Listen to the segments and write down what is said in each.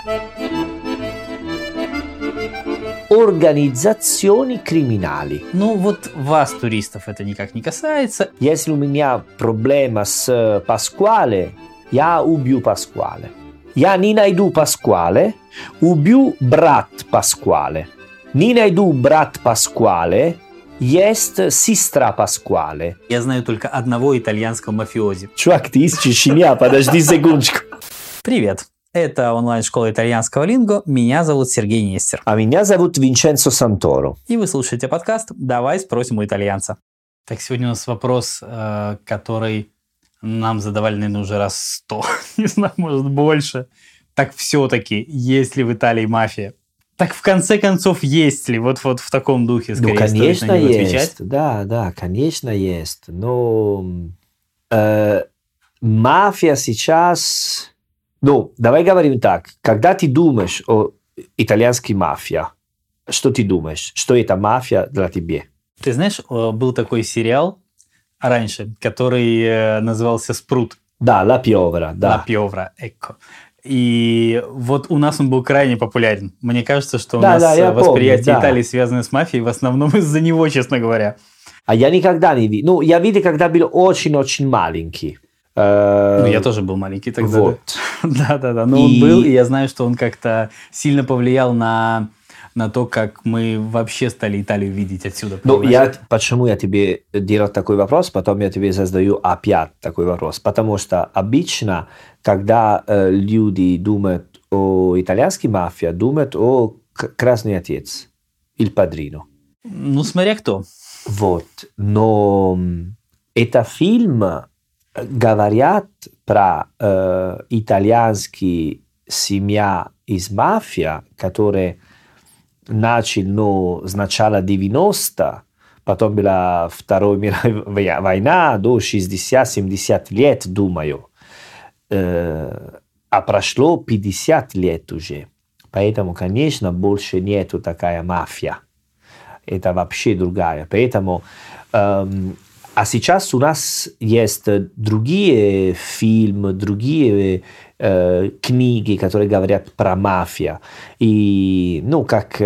Организациони криминали. Ну вот вас, туристов, это никак не касается. Если у меня проблема с Паскуале, я убью Паскуале. Я не найду Паскуале, убью брат Паскуале. Не найду брат Паскуале, есть сестра Паскуале. Я знаю только одного итальянского мафиози. Чувак, ты из Чечня, подожди секундочку. Привет. Это онлайн-школа итальянского линго. Меня зовут Сергей Нестер. А меня зовут Винченцо Санторо. И вы слушаете подкаст «Давай спросим у итальянца». Так, сегодня у нас вопрос, который нам задавали, наверное, уже раз 100. Не знаю, может, больше. Так все-таки, есть ли в Италии мафия? Так в конце концов, есть ли? Вот в таком духе, скорее, конечно, стоит на него есть. Отвечать. Да, конечно, есть. Но мафия сейчас... Ну, давай говорим так. Когда ты думаешь о итальянской мафии, что ты думаешь? Что это мафия для тебя? Ты знаешь, был такой сериал раньше, который назывался «Спрут». Да, «Ла Пьовра». Да. «Ла Пьовра», экко. И вот у нас он был крайне популярен. Мне кажется, что у нас восприятие Италии связано с мафией в основном из-за него, честно говоря. А я никогда не видел. Ну, я видел, когда был очень-очень маленький. Ну, я тоже был маленький тогда. Вот. Да. Но он был, и я знаю, что он как-то сильно повлиял на то, как мы вообще стали Италию видеть отсюда. Ну, почему я тебе делаю такой вопрос, потом я тебе задаю опять такой вопрос. Потому что обычно, когда люди думают о итальянской мафии, думают о «Красный отец», «Il Padrino». Ну, смотря кто. Вот. Но это фильм... Говорят про итальянские семья из мафии, которые начали с начала 90-х, потом была Вторая мировая война, до 60-70 лет, думаю. А прошло 50 лет уже. Поэтому, конечно, больше нету такая мафия. Это вообще другая. Поэтому... А сейчас у нас есть другие фильмы, другие книги, которые говорят про мафию. И, как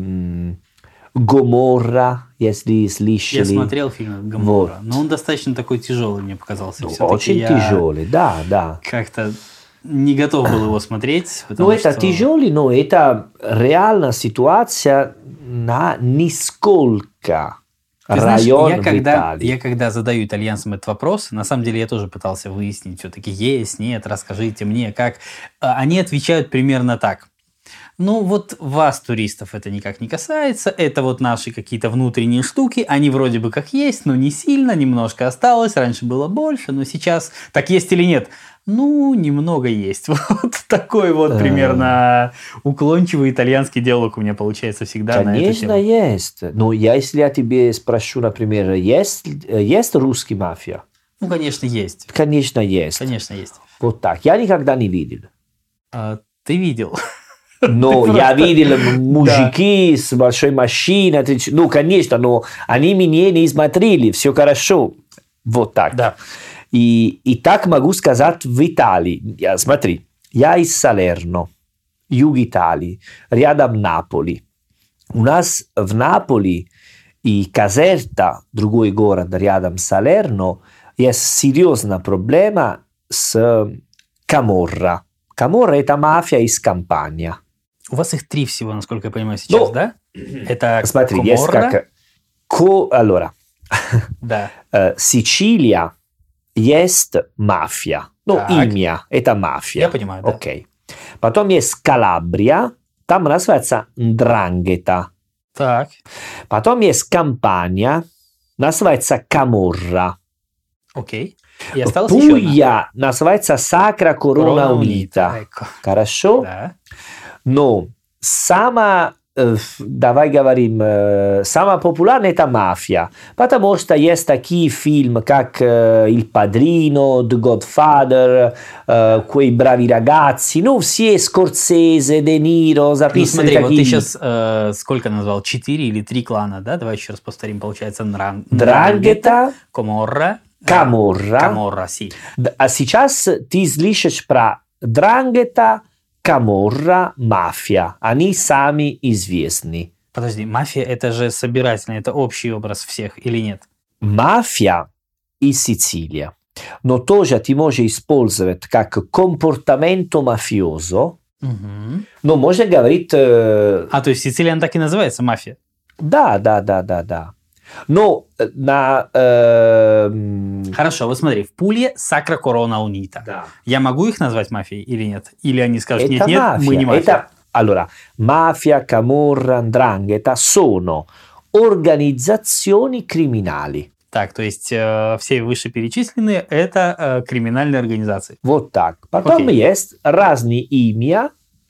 «Гоморра», если слышали. Я смотрел фильм «Гоморра», вот. Но он достаточно такой тяжелый, мне показался. Очень тяжелый, да. Как-то не готов был его смотреть. Это тяжелый, но это реальная ситуация на нисколько. Ты знаешь, я когда задаю итальянцам этот вопрос, на самом деле я тоже пытался выяснить, все-таки есть, нет, расскажите мне, как. Они отвечают примерно так. Ну, вот вас, туристов, это никак не касается, это вот наши какие-то внутренние штуки, они вроде бы как есть, но не сильно, немножко осталось, раньше было больше, но сейчас так есть или нет? Ну, немного есть. Вот такой вот примерно уклончивый итальянский диалог у меня получается всегда на эту тему. Конечно, есть. Но если я тебе спрошу, например, есть русский мафия? Ну, конечно, есть. Конечно, есть. Конечно, есть. Вот так. Я никогда не видел. Ты видел? Но я видел мужики с большой машиной. Ну, конечно, но они меня не смотрели. Все хорошо. Вот так. Да. И так могу сказать в Италии. Смотри, я из Салерно, юг Италии, рядом Наполи. У нас в Наполи и Казерта, другой город рядом с Салерно, есть серьезная проблема с Каморра. Каморра – это мафия из Кампания. У вас их 3 всего, насколько я понимаю, сейчас, да? Это смотри, Каморра. Есть как... Allora, да. Сицилия есть мафия. Имя – это мафия. Я понимаю, да. Окей. Потом есть Калабрия, там называется Ндрангета. Так. Потом есть Кампания, называется Каморра. Окей. И осталось еще Пуя называется Сакра Корона Унита. Хорошо? Да. Но давай говорим, самая популярная это мафия, потому что есть такие фильмы, как «Il Padrino», «The Godfather», «Quei bravi ragazzi», все Скорсезе, Де Ниро записаны. Ну, смотри, такие. Вот ты сейчас сколько назвал? 4 или 3 клана, да? Давай еще раз повторим, получается Ндрангета, Каморра, Каморра, си. А сейчас ты слышишь про Ндрангета, каморра, мафия. Они сами известны. Подожди, мафия это же собирательно, это общий образ всех или нет? Мафия и Сицилия. Но тоже ты можешь использовать как comportamento mafioso. Угу. Но можно говорить... то есть Сицилия так и называется, мафия? Да. Но на... Хорошо, вот смотри, в Пуле Сакра Корона Унита. Да. Я могу их назвать мафией или нет? Или они скажут, Это нет, мафия. мы не мафия? Allora, mafia, camorra, 'ndrangheta sono organizzazioni criminali. Так, то есть все вышеперечисленные это криминальные организации. Вот так. Потом есть разные имя,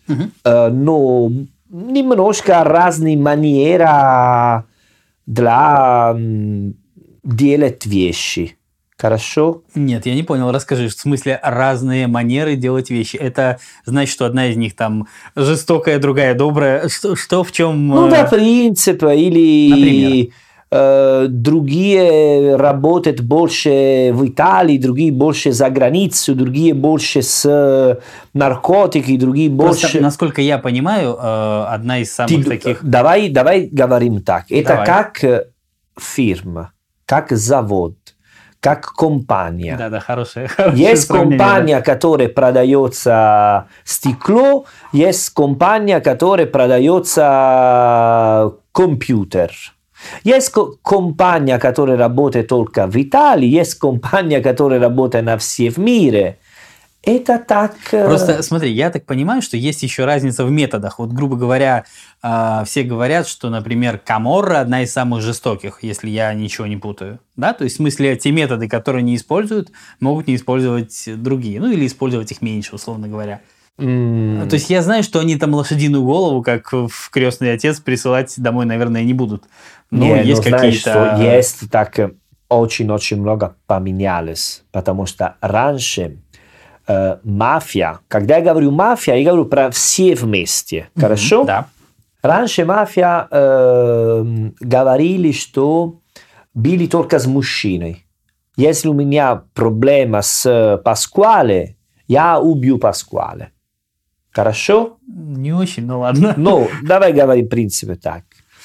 но немножко разные манеры для делать вещи. Хорошо? Нет, я не понял, расскажи, в смысле разные манеры делать вещи. Это значит, что одна из них там жестокая, другая добрая. Что в чем? Ну да, принцип, или... Например? Другие работают больше в Италии, другие больше за границу, другие больше с наркотиками, другие больше... Просто, насколько я понимаю, одна из самых таких... Давай говорим так. Это Давай. как фирма, как завод, как компания. Да, хорошая. Есть компания, которая продается стекло, есть компания, которая продается компьютер. Есть компания, которая работает только в Италии, есть компания, которая работает на все в мире. Это так... Просто смотри, я так понимаю, что есть еще разница в методах. Вот, грубо говоря, все говорят, что, например, каморра одна из самых жестоких, если я ничего не путаю. Да? То есть, в смысле, те методы, которые не используют, могут не использовать другие. Ну, или использовать их меньше, условно говоря. То есть, я знаю, что они там лошадиную голову, как в «Крестный отец», присылать домой, наверное, не будут. Но есть какие-то... Знаешь, что есть так очень-очень много поменялось. Потому что раньше мафия, когда я говорю мафия, я говорю про все вместе. Хорошо? Да. Раньше мафия говорили, что били только с мужчиной. Если у меня проблема с Паскуале, я убью Паскуале. Хорошо? Не очень, ну ладно. Ну, давай говорим в принципе так.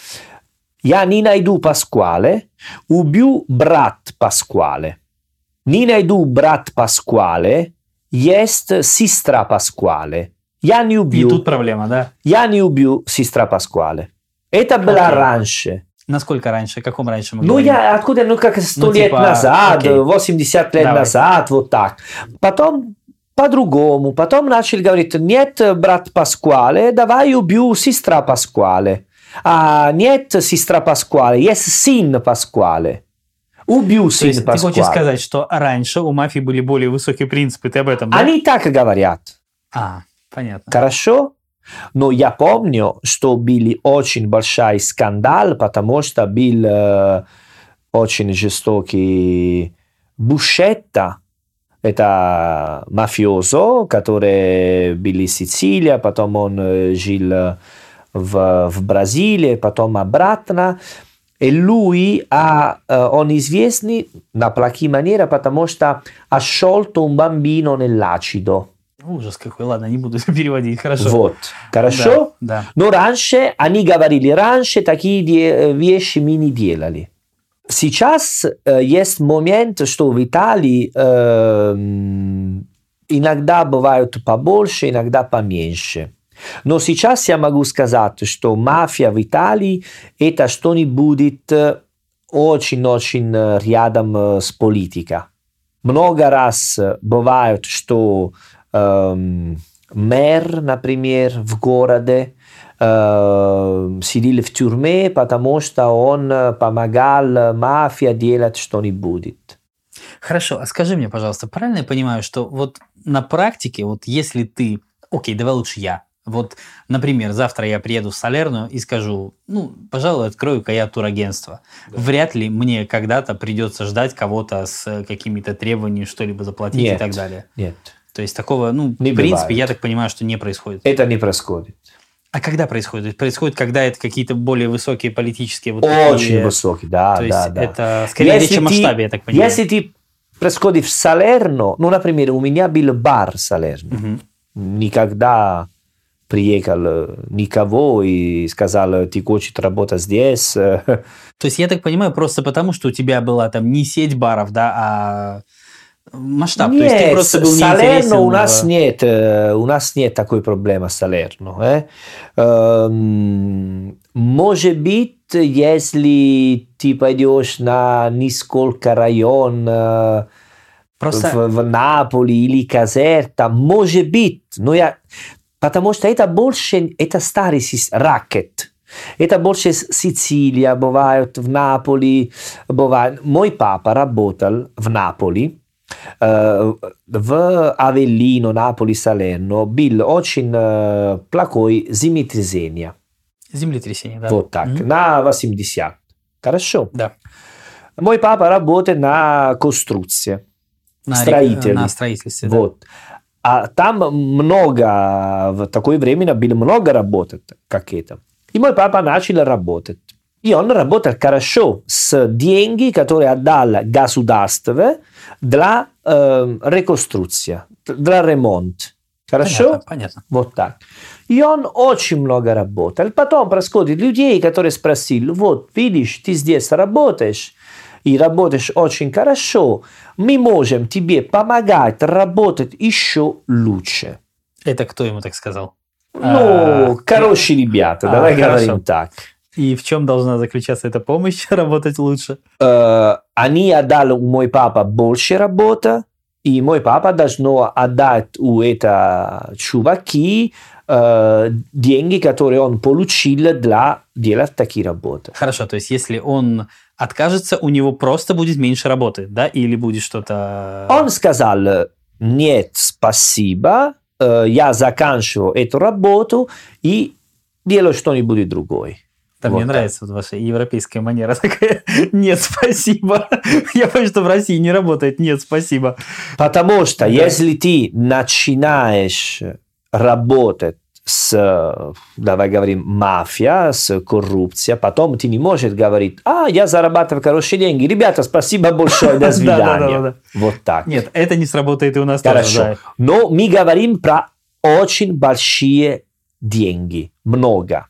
Я не найду Паскуале, убью брат Паскуале. Не найду брат Паскуале, есть сестра Паскуале. Я не убью. И тут проблема, да? Я не убью сестра Паскуале. Это было раньше. Насколько раньше? Каком раньше мы говорим? Откуда, как 100 лет назад, 80 лет назад, вот так. Потом по-другому. Потом начали говорить, нет, брат Паскуале, давай убью сестра Паскуале. А нет, сестра Паскуале, есть сын Паскуале. Убью сын Паскуале. Ты хочешь сказать, что раньше у мафии были более высокие принципы, ты об этом, да? Они так говорят. Понятно. Хорошо? Но я помню, что был очень большой скандал, потому что был очень жестокий Бушетта. Это мафиозо, который был из Сицилии, потом он жил в Бразилии, потом обратно. И lui он известный на плохие манеры, потому что ha sciolto un bambino nell'acido. Ужас какой, ладно, не буду переводить, хорошо. Вот, хорошо? Да. Но раньше, они говорили, раньше такие вещи мы не делали. Сейчас есть момент, что в Италии иногда бывают побольше, иногда поменьше. Но сейчас я могу сказать, что мафия в Италии это что-нибудь очень-очень рядом с политикой. Много раз бывает, что мэр, например, в городе сидел в тюрьме, потому что он помогал мафии делать что-нибудь. Хорошо, а скажи мне, пожалуйста, правильно я понимаю, что вот на практике, вот если ты... Окей, давай лучше я. Вот, например, завтра я приеду в Салерно и скажу, пожалуй, открою-ка я турагентство. Да. Вряд ли мне когда-то придется ждать кого-то с какими-то требованиями что-либо заплатить и так далее. Нет. То есть такого, в принципе, я так понимаю, что не происходит. Это не происходит. А когда происходит? Происходит, когда это какие-то более высокие политические... Очень высокие, да. То есть это скорее в вечном масштабе, я так понимаю. Если ты происходит в Салерно, например, у меня был бар в Салерно. Никогда приехал никого и сказал, ты хочешь работать здесь. То есть, я так понимаю, просто потому, что у тебя была там не сеть баров, да, а масштаб. Нет, то есть, ты просто был Салерно у нас нет такой проблемы с Салерно. Может быть, если ты пойдешь на несколько районов в Наполе или Казерта, может быть, но потому что это больше, это старый ракет. Это больше Сицилия, бывает в Наполе. Бывает. Мой папа работал в Наполе, в Авellino, Наполе, Салерно. Был очень плохой землетрясение. Землетрясение, да. Вот так, на 80. Хорошо? Да. Мой папа работает на конструкции. На строительстве, да. Вот. А там много, в такое время было много работать, как это. И мой папа начал работать. И он работал хорошо с деньги, которые отдал государство для реконструкции, для ремонта. Хорошо? Понятно. Вот так. И он очень много работал. Потом происходит людей, которые спросили, вот, видишь, ты здесь работаешь, и работаешь очень хорошо, мы можем тебе помогать работать еще лучше. Это кто ему так сказал? Хорошие ребята, давай говорим так. И в чем должна заключаться эта помощь работать лучше? Они отдали у мой папа больше работы, и мой папа должен отдать у этих чуваки деньги, которые он получил для делать такие работы. Хорошо, то есть если он откажется, у него просто будет меньше работы, да? Или будет что-то... Он сказал, нет, спасибо, я заканчиваю эту работу и делаю что-нибудь другое. Да, вот мне нравится вот ваша европейская манера такая. Нет, спасибо. Я понимаю, что в России не работает. Нет, спасибо. Потому что если ты начинаешь работать с, давай говорим, мафия, с коррупцией, потом ты не можешь говорить, я зарабатываю хорошие деньги. Ребята, спасибо большое, до свидания. Вот так. Нет, это не сработает и у нас Хорошо. тоже. Да. Но мы говорим про очень большие деньги. Много.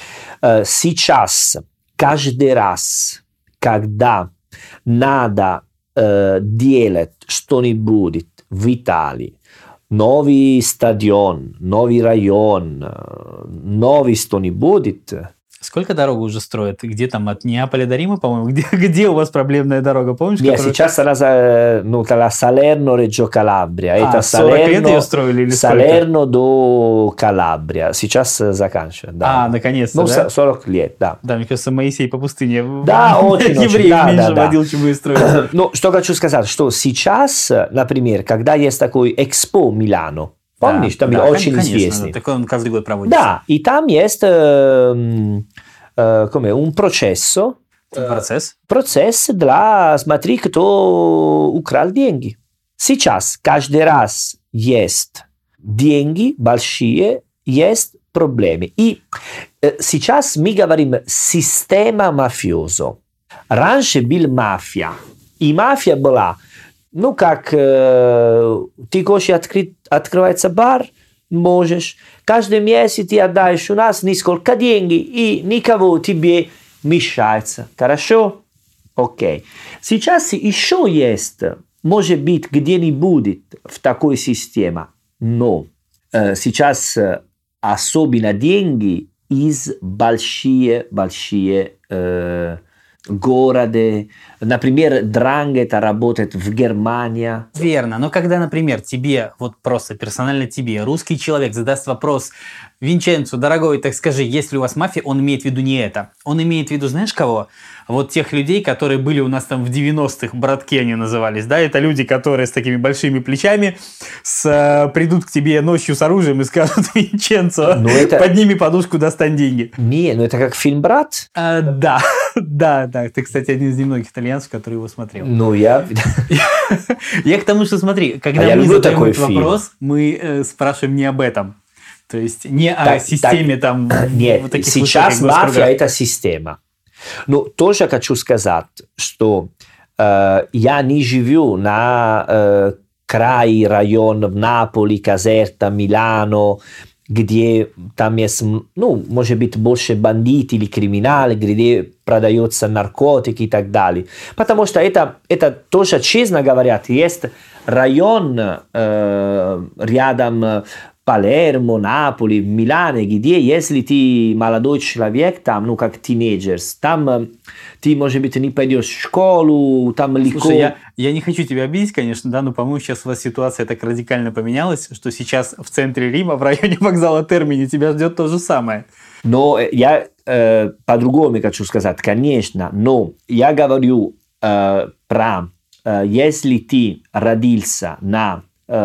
Сейчас, каждый раз, когда надо делать что-нибудь в Италии, новый стадион, новый район, новый что-нибудь. Сколько дорогу уже строят? Где там от Неаполя до Рима, по-моему? Где у вас проблемная дорога? Помнишь? Нет, сейчас она Салерно-Реджо Калабрия. Это 40 лет ее строили или Салерно до Калабрия. Сейчас заканчивают. Да. Наконец-то, да? 40 лет, да. Да, мне кажется, Моисей по пустыне. Да, очень. Евреев меньше водил, чем вы строили. Ну, что хочу сказать, что сейчас, например, когда есть такой Экспо Милано, помнишь, там очень известный. Такой он каждый год проводится. Да, и там есть un processo. Процесс для смотри, кто украл деньги. Сейчас каждый раз есть деньги большие, есть проблемы. И сейчас мы говорим система мафиоза. Раньше был мафия. И мафия была, как ты хочешь открывается бар, можешь. Каждый месяц ты отдаешь у нас несколько денег, и никого тебе мешается. Хорошо? Окей. Сейчас еще есть, может быть, где-нибудь в такой системе, но сейчас особенно деньги из большие города. Например, Дранgheta работает в Германии. Верно. Но когда, например, тебе, вот просто персонально тебе, русский человек задаст вопрос: Винченцо, дорогой, так скажи, есть ли у вас мафия? Он имеет в виду не это. Он имеет в виду, знаешь кого? Вот тех людей, которые были у нас там в 90-х, братки они назывались, да? Это люди, которые с такими большими плечами придут к тебе ночью с оружием и скажут: Винченцо, подними подушку, достань деньги. Не, это как фильм «Брат»? Да. Ты, кстати, один из немногих итальянцев, который его смотрел. Я к тому, что смотри, когда мы задаем этот вопрос, мы спрашиваем не об этом. То есть не о системе там. Нет, вот таких сейчас мафия – это система. Но тоже хочу сказать, что я не живу на крае района в Наполе, Казерта, Милано. где там есть, ну, может быть, больше бандиты или криминалы, где продаются наркотики и так далее. Потому что это тоже, честно говоря, есть район рядом Палермо, Наполи, Милане, где, если ты молодой человек, там, ну, как тинейджер, там ты, может быть, не пойдешь в школу, там легко... Слушай, я не хочу тебя обидеть, конечно, да, но, по-моему, сейчас у вас ситуация так радикально поменялась, что сейчас в центре Рима, в районе вокзала Термини, тебя ждет то же самое. Но я по-другому хочу сказать, конечно, но я говорю про, если ты родился на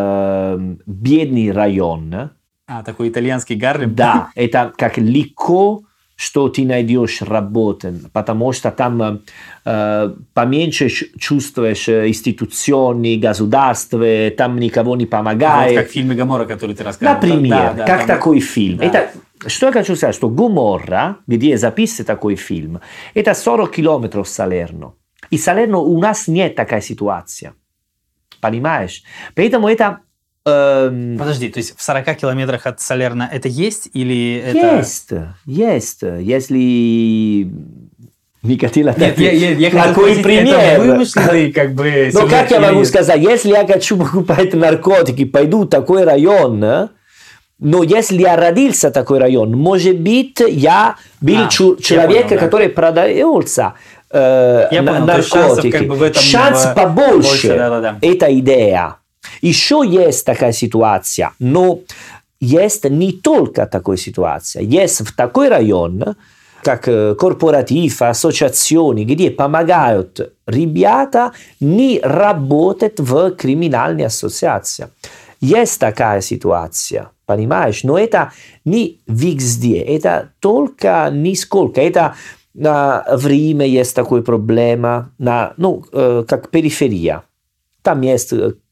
бедный район. Такой итальянский Гарлем? Да, это как легко, что ты найдешь работу, потому что там поменьше чувствуешь институции, государства, там никого не помогает. Вот как в фильме «Гоморра», который ты рассказывал. Например, да, как там... такой фильм. Да. Это, что я хочу сказать, что «Гоморра», где записан такой фильм, это 40 километров Салерно. И Салерно у нас нет такая ситуация. Понимаешь? Поэтому это... Подожди, то есть в 40 километрах от Салерно это есть или это... Есть. Если... Не хотела дать такой пример. Это вымышленный, как бы... Но как я могу сказать, если я хочу покупать наркотики, пойду в такой район, но если я родился в такой район, может быть, я был человек, который продается наркотики. Как бы в этом шанс побольше. Это идея. Еще есть такая ситуация, но есть не только такая ситуация. Есть в такой район, как корпоратив, ассоциации, где помогают ребята не работать в криминальной ассоциации. Есть такая ситуация, понимаешь? Но это не везде, это только нисколько. Это в Риме есть такая проблема, как периферия. Там есть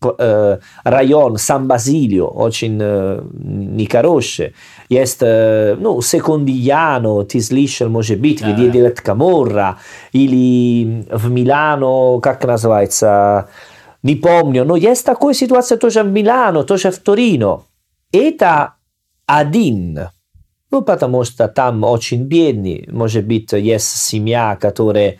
район Сан-Базилио, очень нехороший. Есть, Секондиано, ты слышал, может быть, где делает Каморра. Или в Милано, как называется, не помню. Но есть такая ситуация тоже в Милано, тоже в Торино. Это один. Потому что там очень бедный. Может быть, есть семья, которая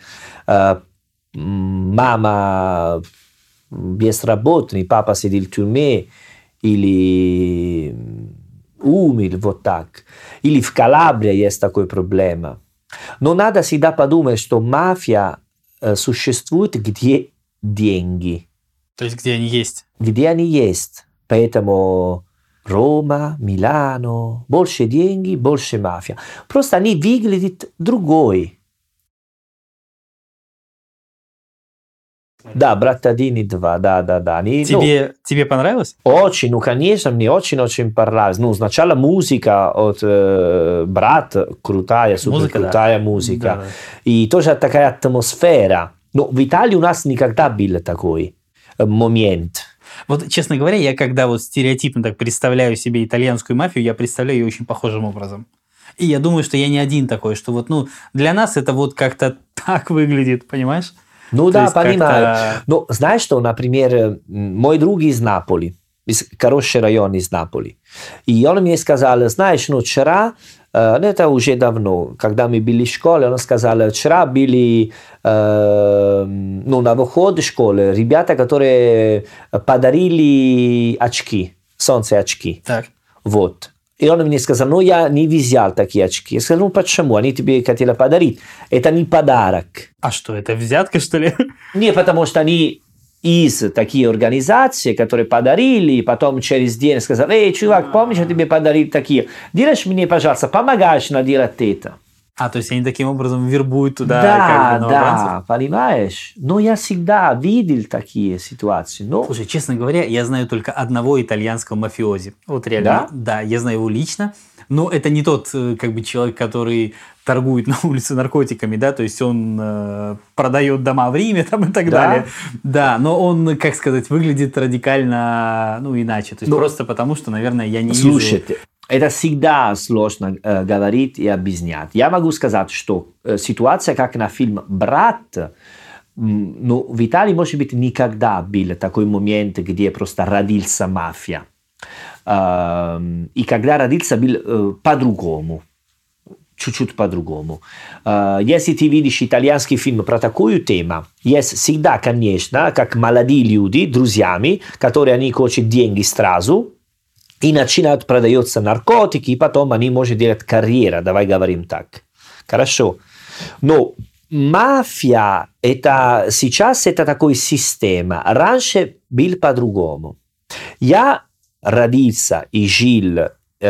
мама... безработный, папа сидит в тюрьме, или умер, вот так. Или в Калабрии есть такая проблема. Но надо всегда подумать, что мафия существует, где деньги. То есть, где они есть? Где они есть. Поэтому Рома, Милано, больше деньги, больше мафия. Просто они выглядят другой. Да, «Братадини 2», да. Они, тебе понравилось? Очень, конечно, мне очень понравилось. Сначала музыка от «Брат» крутая, супер крутая музыка. Да. И тоже такая атмосфера. Но в Италии у нас никогда был такой момент. Вот, честно говоря, я когда вот стереотипно так представляю себе итальянскую мафию, я представляю ее очень похожим образом. И я думаю, что я не один такой, что вот, для нас это вот как-то так выглядит, понимаешь? Да, понимаю. Но знаешь что, например, мой друг из Наполи, из хороший район из Наполи, и он мне сказал, знаешь, вчера, это уже давно, когда мы были в школе, он сказал, вчера были на выход школы ребята, которые подарили очки, солнце-очки. Так. Вот. И он мне сказал, я не взял такие очки. Я сказал, почему? Они тебе хотели подарить. Это не подарок. А что, это взятка, что ли? Не, потому что они из таких организаций, которые подарили, и потом через день сказали, чувак, помнишь, я тебе подарил такие? Делаешь мне, пожалуйста, помогаешь наделать это. То есть они таким образом вербуют туда Да, понимаешь? Но я всегда видел такие ситуации. Слушай, честно говоря, я знаю только одного итальянского мафиози. Вот реально. Да, я знаю его лично. Но это не тот человек, который торгует на улице наркотиками, да, то есть он продает дома в Риме там, и так далее. Да, но он, как сказать, выглядит радикально, иначе. То есть просто потому, что, наверное, я не вижу... Слушайте, это всегда сложно говорить и объяснять. Я могу сказать, что ситуация, как на фильм «Брат», в Италии, может быть, никогда был такой момент, где просто родился мафия. И когда родился, был по-другому. Чуть-чуть по-другому. Если ты видишь итальянский фильм про такую тему, есть всегда, конечно, как молодые люди, друзьями, которые они хотят деньги сразу, и начинают продаваться наркотики, и потом они могут делать карьеру, давай говорим так. Хорошо. Но мафия, это, сейчас это такая система. Раньше был по-другому. Я родился и жил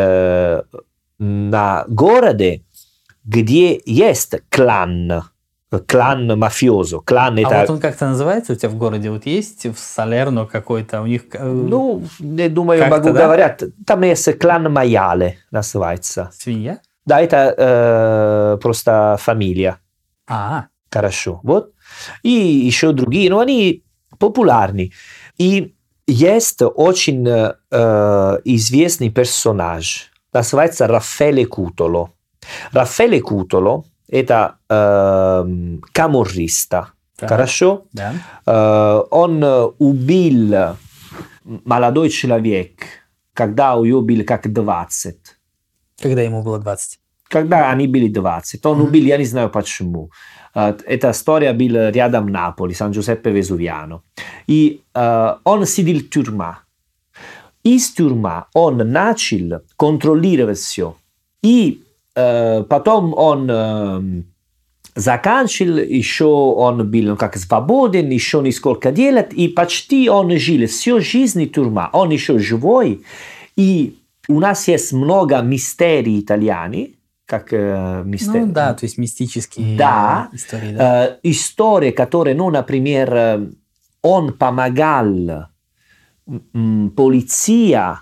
на городе, где есть клан мафиозо. Клан это... вот он как-то называется у тебя в городе? Вот есть в Салерно какой-то у них... Ну, не думаю, могу говорить. Там есть клан Майяле, называется. Свинья? Да, это просто фамилия. Хорошо. Вот. И еще другие, но они популярны. И есть очень известный персонаж, называется Раффele Cutolo. Раффele Cutolo – это каморриста. Хорошо? Да. Он убил молодой человек, когда у него было как 20. Когда ему было 20? Когда они были 20. Он убил, я не знаю почему. Эта история была рядом Наполи, Сан-Джузеппе-Везувиано. И он сидел в тюрьме. Из тюрьмы он начал контролировать все. И потом он заканчивал, еще он был как свободен, еще нисколько делать, и почти он жил всю жизнь в тюрьме. Он еще живой. И у нас есть много мистерий итальяны, как мистерии. Ну да, то есть мистические истории. Да. Истории, которые, ну, например, он помогал полиция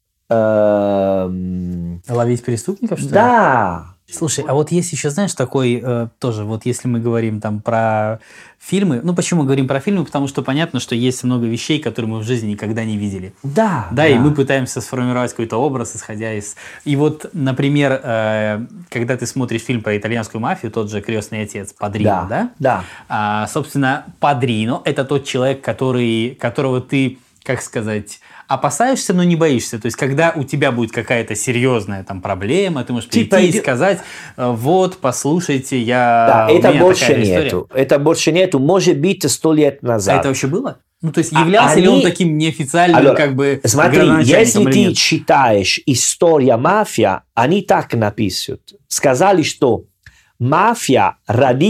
ловить преступников, что ли? Да. Слушай, а вот есть еще, знаешь, такой тоже, вот если мы говорим там про фильмы, ну почему мы говорим про фильмы? Потому что понятно, что есть много вещей, которые мы в жизни никогда не видели. Да. Да, и мы пытаемся сформировать какой-то образ, исходя из... И вот, например, когда ты смотришь фильм про итальянскую мафию, тот же «Крестный отец», «Падрино», да? Да. Собственно, Падрино – это тот человек, которого ты, как сказать... опасаешься, но не боишься. То есть, когда у тебя будет какая-то серьезная там проблема, ты можешь прийти и сказать, вот, послушайте, Да, это больше нету. Это больше нету. Может быть, 100 лет назад. А это вообще было? Ну, то есть, являлся ли он таким неофициальным, как бы, смотри, если ты читаешь «История мафия», они так написают. Сказали, что мафия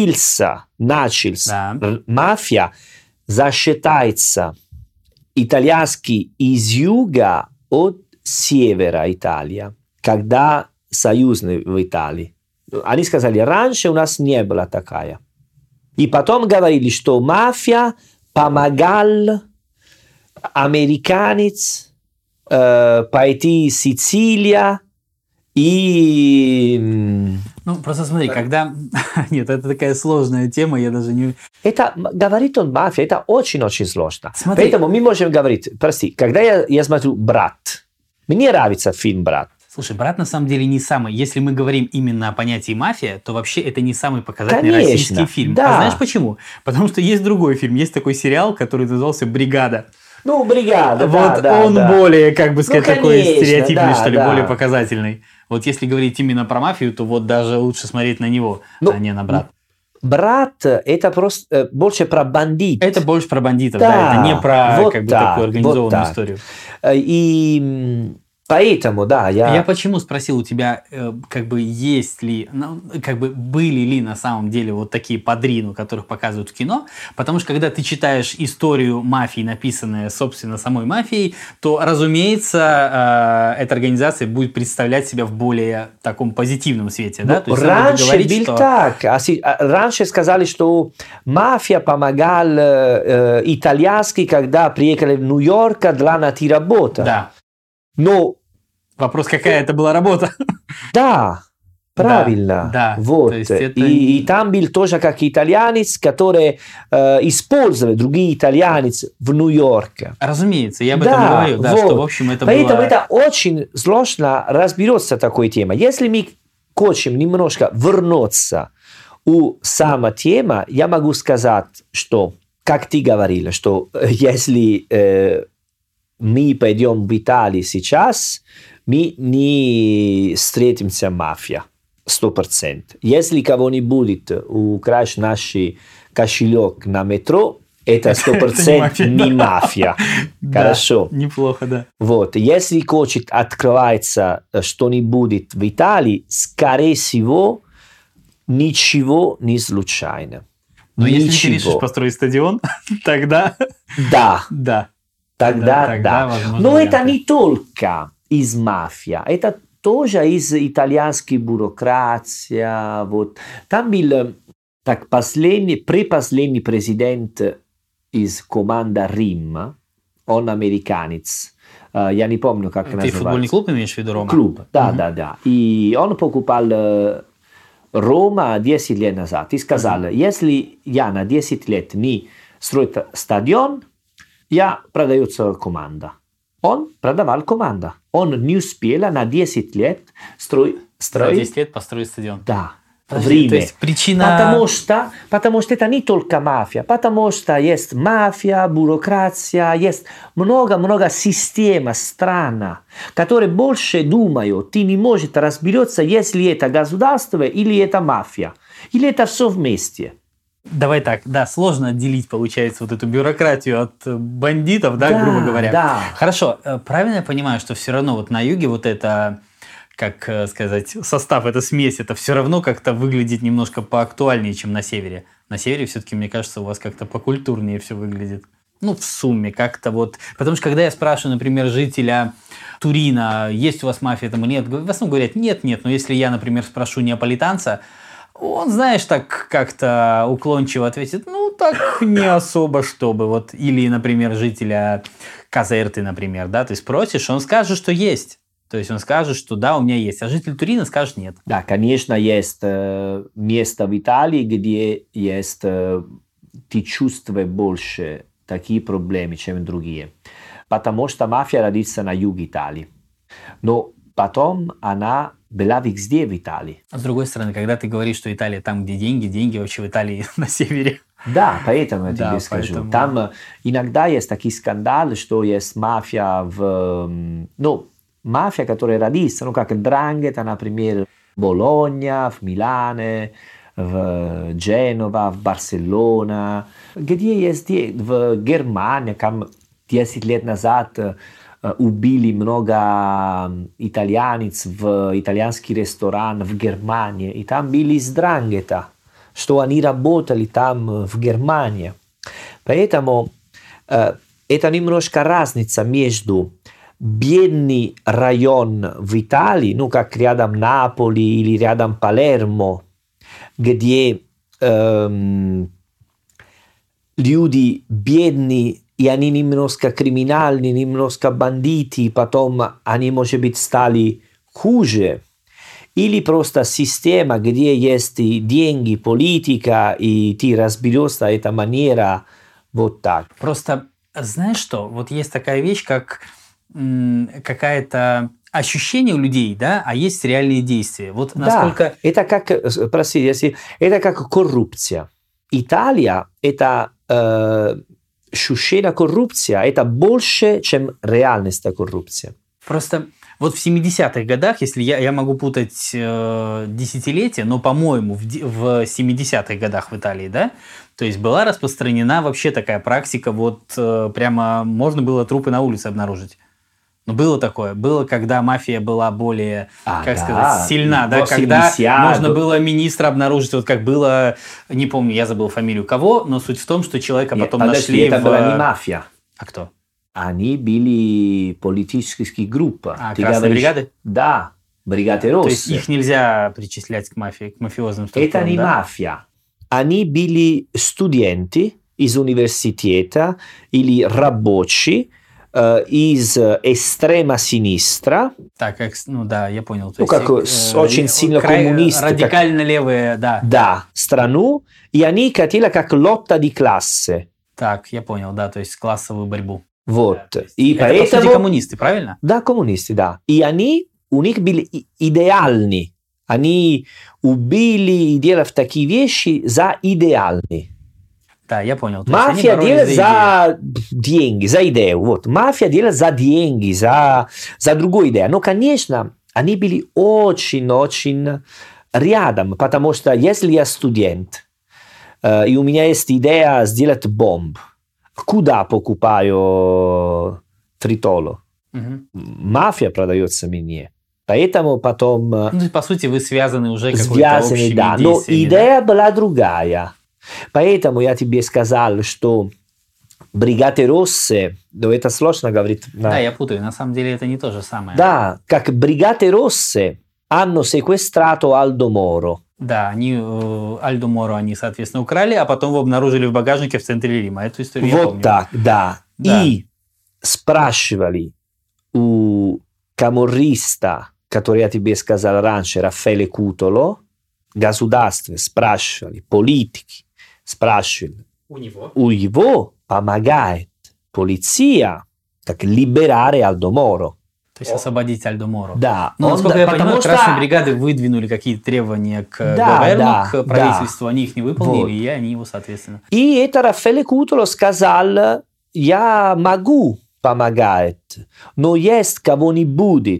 начался, мафия засчитается итальянский из юга от севера Италии, когда союзный в Италии. Они сказали, раньше у нас не была такая. И потом говорили, что мафия помогал американец пойти в Сицилию и... Ну, просто смотри, когда... Нет, это такая сложная тема, я даже не... Это, говорит он, мафия, это очень-очень сложно. Смотри. Поэтому мы можем говорить, прости, когда я смотрю «Брат», мне нравится фильм «Брат». Слушай, «Брат» на самом деле не самый... Если мы говорим именно о понятии «мафия», то вообще это не самый показательный российский фильм. Да. А знаешь почему? Потому что есть другой фильм, есть такой сериал, который назывался «Бригада». Ну, «Бригада», вот да, он более, как бы сказать, такой стереотипный, что ли, да. более показательный. Вот если говорить именно про мафию, то вот даже лучше смотреть на него, а не на «Брат». «Брат» – это просто больше про бандитов. Это больше про бандитов, да, это не про вот как бы такую организованную историю. И поэтому, да, Я почему спросил у тебя, как бы есть ли, как бы были ли на самом деле вот такие падрину, которых показывают в кино, потому что когда ты читаешь историю мафии, написанную, собственно, самой мафией, то, разумеется, эта организация будет представлять себя в более таком позитивном свете, да? То есть раньше говорить, был так, раньше сказали, что мафия помогала итальянский, когда приехали в Нью-Йорк для найти работу. Да. Но вопрос, какая это была работа? Да, правильно. Да. Вот. Это... И там был тоже как итальянец, который использовал другие итальянцы в Нью-Йорке. Разумеется, я об этом и говорил, да, вот. Что, в общем, это поэтому было... это очень сложно разбираться такой темой. Если мы хотим немножко вернуться у самой темы, я могу сказать, что, как ты говорила, что если мы пойдем в Италию сейчас, мы не встретимся мафия. 100%. Если кого-нибудь украсть наш кошелек на метро, это 100% не мафия. Хорошо. Неплохо, да. Вот. Если хочет открываться что-нибудь в Италии, скорее всего, ничего не случайно. Но если ты решишь построить стадион, тогда... Да. Да. Тогда да. Но это не только из мафии, это тоже из итальянской бюрократии. Вот. Там был так, предпоследний президент из команды Рим, он американец. Я не помню, как называется. Ты футбольный клуб имеешь в виду, Рома? Клуб, да. И он покупал Рома 10 лет назад. И сказал, если я на 10 лет не строю стадион, я продается команда. Он продавал команду. Он не успел на 10 лет строить... За 10 лет построить стадион. Да. В Риме. То есть причина... Потому что это не только мафия. Потому что есть мафия, бюрократия, есть много систем, стран, которые больше думают, ты не можешь разбираться, если это государство или это мафия. Или это все вместе. Давай так, да, сложно отделить, получается, вот эту бюрократию от бандитов, да, грубо говоря. Да. Хорошо, правильно я понимаю, что все равно вот на юге вот это, как сказать, состав, эта смесь, это все равно как-то выглядит немножко поактуальнее, чем на севере. На севере все-таки, мне кажется, у вас как-то покультурнее все выглядит. Ну, в сумме как-то вот. Потому что, когда я спрашиваю, например, жителя Турина, есть у вас мафия там или нет, в основном говорят, нет. Но если я, например, спрошу неаполитанца, он, знаешь, так как-то уклончиво ответит, ну, так не особо, чтобы. Вот. Или, например, жителя Казерты, например, да, ты спросишь, он скажет, что есть. То есть он скажет, что да, у меня есть. А житель Турина скажет нет. Да, конечно, есть место в Италии, где есть, ты чувствуешь больше такие проблемы, чем другие. Потому что мафия родится на юге Италии. Но потом она была везде в Италии. А с другой стороны, когда ты говоришь, что Италия там, где деньги вообще в Италии на севере. Да, поэтому я тебе скажу. Там иногда есть такие скандалы, что есть мафия мафия, которая родится, как Ndrangheta, например, в Болонья, в Милане, в Дженова, в Барселона, где есть в Германии, там 10 лет назад убили много итальянцев в итальянский ресторан в Германии, и там были из Ndrangheta, что они работали там в Германии. Поэтому это немножко разница между бедный район в Италии, как рядом Наполи или рядом Палермо, где люди бедные, и они немножко криминальные, немножко бандиты, потом они, может быть, стали хуже. Или просто система, где есть деньги, политика, и ты разберешься эта манера вот так. Просто, знаешь что, вот есть такая вещь, как какое-то ощущение у людей, да, а есть реальные действия. Вот насколько... Да, это как, простите, это как коррупция. Италия – это ощущение коррупции, это больше, чем реальность коррупции. Просто вот в 70-х годах, если я могу путать десятилетия, но, по-моему, в 70-х годах в Италии, да, то есть была распространена вообще такая практика, вот прямо можно было трупы на улице обнаружить. Но было такое. Было, когда мафия была более, сильна, да, когда можно было министра обнаружить, вот как было, не помню, я забыл фамилию кого, но суть в том, что человека потом нашли это была не мафия. А кто? Они были политические группы. Красные бригады? Да, бригады Росси. То есть их нельзя причислять к мафии, к мафиозным структурам, это не мафия. Они были студенты из университета или рабочие, из экстрема синистра. Так, я понял. То есть, очень сильно коммунисты. Радикально левые, да. Да, страну. И они хотели как лотта ди классе. Так, я понял, да, то есть классовую борьбу. Вот. Да, и это, поэтому... по сути, коммунисты, правильно? Да, коммунисты, да. И у них были идеальные. Они убили и делали такие вещи за идеальные. Да, я понял. Мафия делает за деньги, за идею. Вот. Мафия делает за деньги, за другую идею. Но, конечно, они были очень-очень рядом, потому что если я студент, и у меня есть идея сделать бомбу, куда покупаю тритолу? Мафия продается мне. Поэтому потом... Ну, по сути, вы связаны уже какой-то общими да, но идея была другая. Поэтому я тебе сказал, что бригады Россы, ну, это сложно говорить. Да, я путаю, на самом деле это не то же самое. Да, как бригады Россы hanno sequestrato Aldo Moro. Да, они Альдо Моро они, соответственно, украли, а потом его обнаружили в багажнике в центре Рима. Эту историю я помню. Вот так, да. И спрашивали у каморриста, который я тебе сказал раньше, Рафаэле Кутоло, государство спрашивали, политики спрашивали. У него помогает полиция как либерare Aldo Moro. То есть освободить Альдо Моро. Да. Но, насколько я понимаю, красные бригады выдвинули какие-то требования к Говерну, к правительству, они их не выполнили, вот. И они его, соответственно... И это Рафаэле Кутоло сказал, я могу помогать, но есть кого-нибудь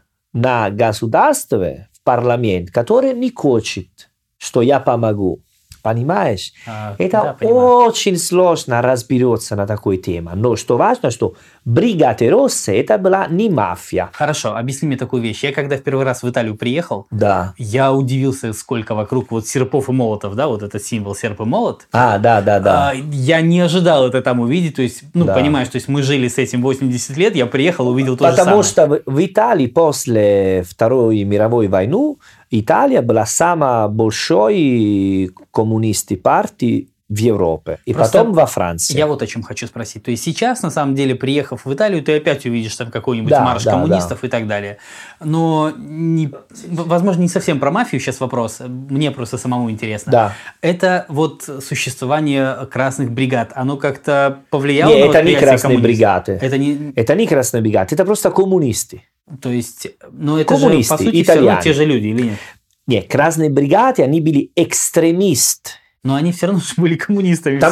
на государстве, в парламент, который не хочет, что я помогу. Понимаешь? Это да, очень сложно разбираться на такой теме. Но что важно, что бригады Россы это была не мафия. Хорошо, объясни мне такую вещь. Я когда в первый раз в Италию приехал, да. Я удивился, сколько вокруг вот серпов и молотов, да, вот этот символ серп и молот. Да. Я не ожидал это там увидеть, то есть, ну, да. Понимаешь, то есть мы жили с этим 80 лет, я приехал, увидел то же самое. Потому что в Италии после Второй мировой войны Италия была самой большой коммунистической партией в Европе. И просто потом во Франции. Я вот о чем хочу спросить. То есть сейчас, на самом деле, приехав в Италию, ты опять увидишь там какой-нибудь марш коммунистов и так далее. Но, возможно, не совсем про мафию сейчас вопрос. Мне просто самому интересно. Да. Это вот существование красных бригад. Оно как-то повлияло на восприятие это не красные бригады? Это не красные бригады, это просто коммунисты. То есть, ну это же, по сути, все равно те же люди, или нет? Нет, красные бригады, они были экстремисты. Но они все равно были коммунистами.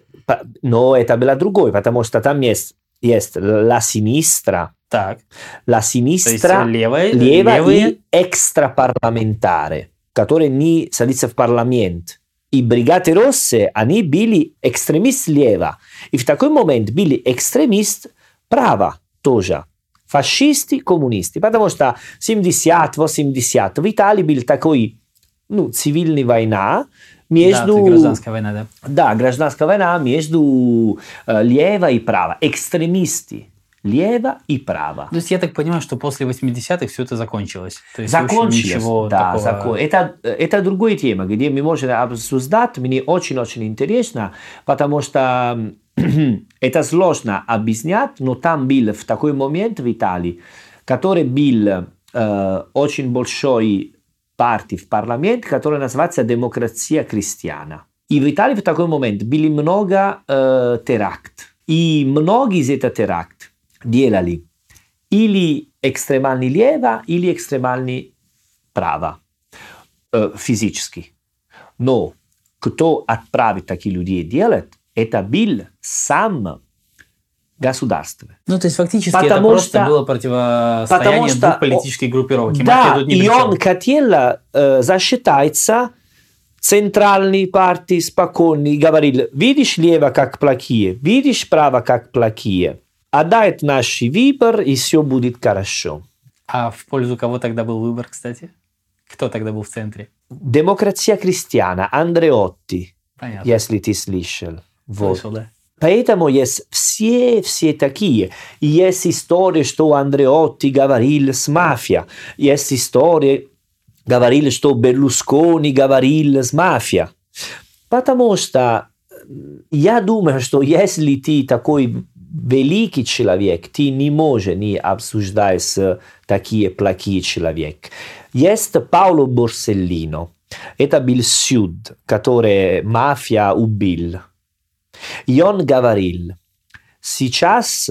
Но это было другое, потому что там есть la sinistra. Так. La sinistra левая и экстрапарламентare, которые не садятся в парламент. И бригады Россы, они были экстремисты лева. И в такой момент были экстремисты права тоже. Фашисты, коммунисты. Потому что 70-80 в Италии был такой, цивильная война между... Да, гражданская война, да. Да, гражданская война между лево и право. Экстремисты. Лево и право. То есть я так понимаю, что после 80-х все это закончилось. То есть закончилось, да. Это другая тема, где мы можем обсуждать. Мне очень-очень интересно, потому что это сложно объяснять, но там был в такой момент в Италии, который был очень большой партии в парламент, которая называется «Демократия крестьяна». И в Италии в такой момент было много терактов. И многие из этих терактов делали или экстремально лево, или экстремально право физически. Но кто отправит таких людей делать, это был сам государство. Ну, то есть, фактически, это просто было противостояние двух политических группировок. Да, и он хотел засчитаться центральной партии спокойно и говорил, видишь лево как плохие, видишь право как плохие, отдай наш выбор, и все будет хорошо. А в пользу кого тогда был выбор, кстати? Кто тогда был в центре? Демократия крестьяна, Андреотти, понятно. Если ты слышал. Слышал, да. Поэтому есть все такие. И есть история, что Андреотти говорил с мафией. Есть история, говорил, что Берлускони говорил с мафией. Потому что я думаю, что если ты такой великий человек, ты не можешь не обсуждать такие плохие человек. Есть Паоло Борселлино. Это был суд, который мафия убил. И он говорил, сейчас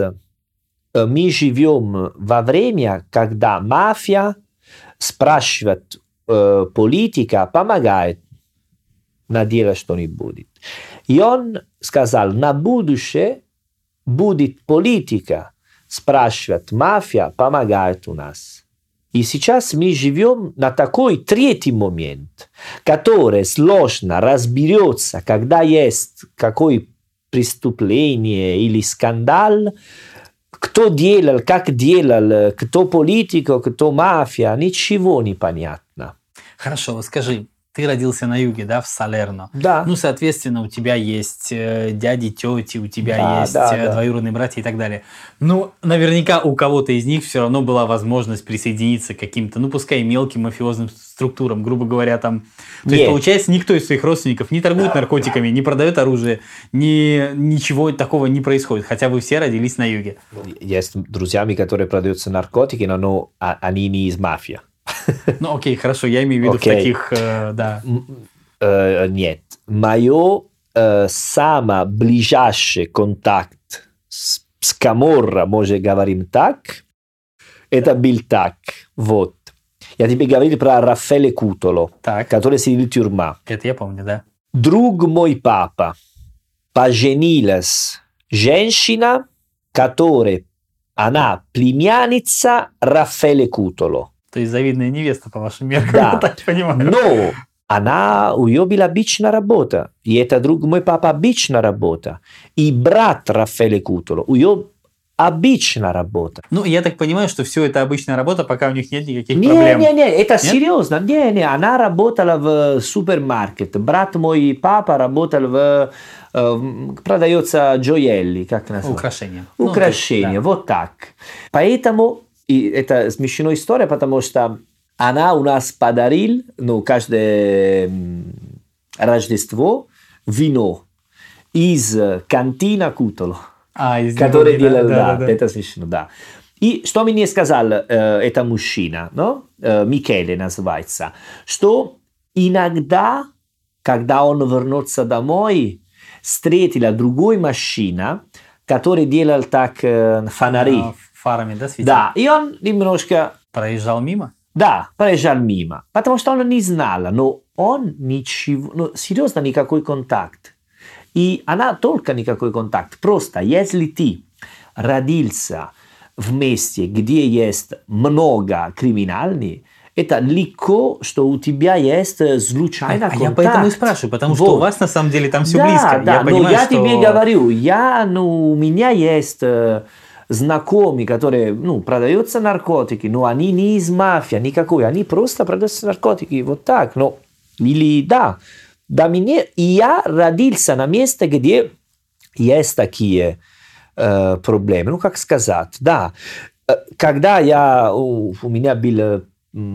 мы живем во время, когда мафия спрашивает политика, помогает на дело что-нибудь. И он сказал, на будущее будет политика, спрашивает, мафия помогает у нас. И сейчас мы живем на такой третий момент, который сложно разберется, когда есть какое преступление или скандал, кто делал, как делал, кто политика, кто мафия, ничего не понятно. Хорошо, вот скажи, ты родился на юге, да, в Салерно. Да. Ну, соответственно, у тебя есть дяди, тети, у тебя есть двоюродные братья и так далее. Ну, наверняка у кого-то из них все равно была возможность присоединиться к каким-то, ну, пускай мелким мафиозным структурам, грубо говоря, там. То есть, получается, никто из своих родственников не торгует наркотиками, не продает оружие, ничего такого не происходит, хотя вы все родились на юге. Есть друзьями, которые продают наркотики, но они не из мафии. Ну, окей, хорошо, я имею в виду в таких, да. Нет. Мое самый ближайший контакт с Каморра, может, говорим так, это был так. Вот. Я тебе говорил про Рафаэля Кутоло, который сидел в тюрьме. Это я помню, да. Друг мой папа поженилась женщина, которая, она племянница Рафаэля Кутоло. То есть завидная невеста, по вашим меркам, да. Я так понимаю. Но у нее была обычная работа. И это друг мой папа обычная работа. И брат Рафаэля Кутоло, у нее обычная работа. Ну, я так понимаю, что все это обычная работа, пока у них нет никаких проблем. Не, это серьезно. Не, она работала в супермаркете. Брат мой папа работал продается Gioielli, как называется? Украшения, вот так. Поэтому и это смешная история, потому что она у нас подарила, каждое Рождество вино из кантина Кутоло, который делал, да, это смешно, да. И что мне сказал это мужчина, Микеле называется, что иногда, когда он вернулся домой, встретила другой машина, который делал так фонари. Фарами, да, светил? Да, и он немножко... Проезжал мимо? Да, проезжал мимо, потому что он не знал, но он ничего, серьезно никакой контакт. И она только никакой контакт. Просто если ты родился в месте, где есть много криминальных, это легко, что у тебя есть случайный контакт. Я поэтому и спрашиваю, потому что у вас на самом деле там все близко. Да, но я тебе говорю, у меня есть... знакомые, которые продаются наркотики, но они не из мафии никакой, они просто продаются наркотики, вот так. Или да, меня, и я родился на месте, где есть такие проблемы. Как сказать, да. Когда у меня было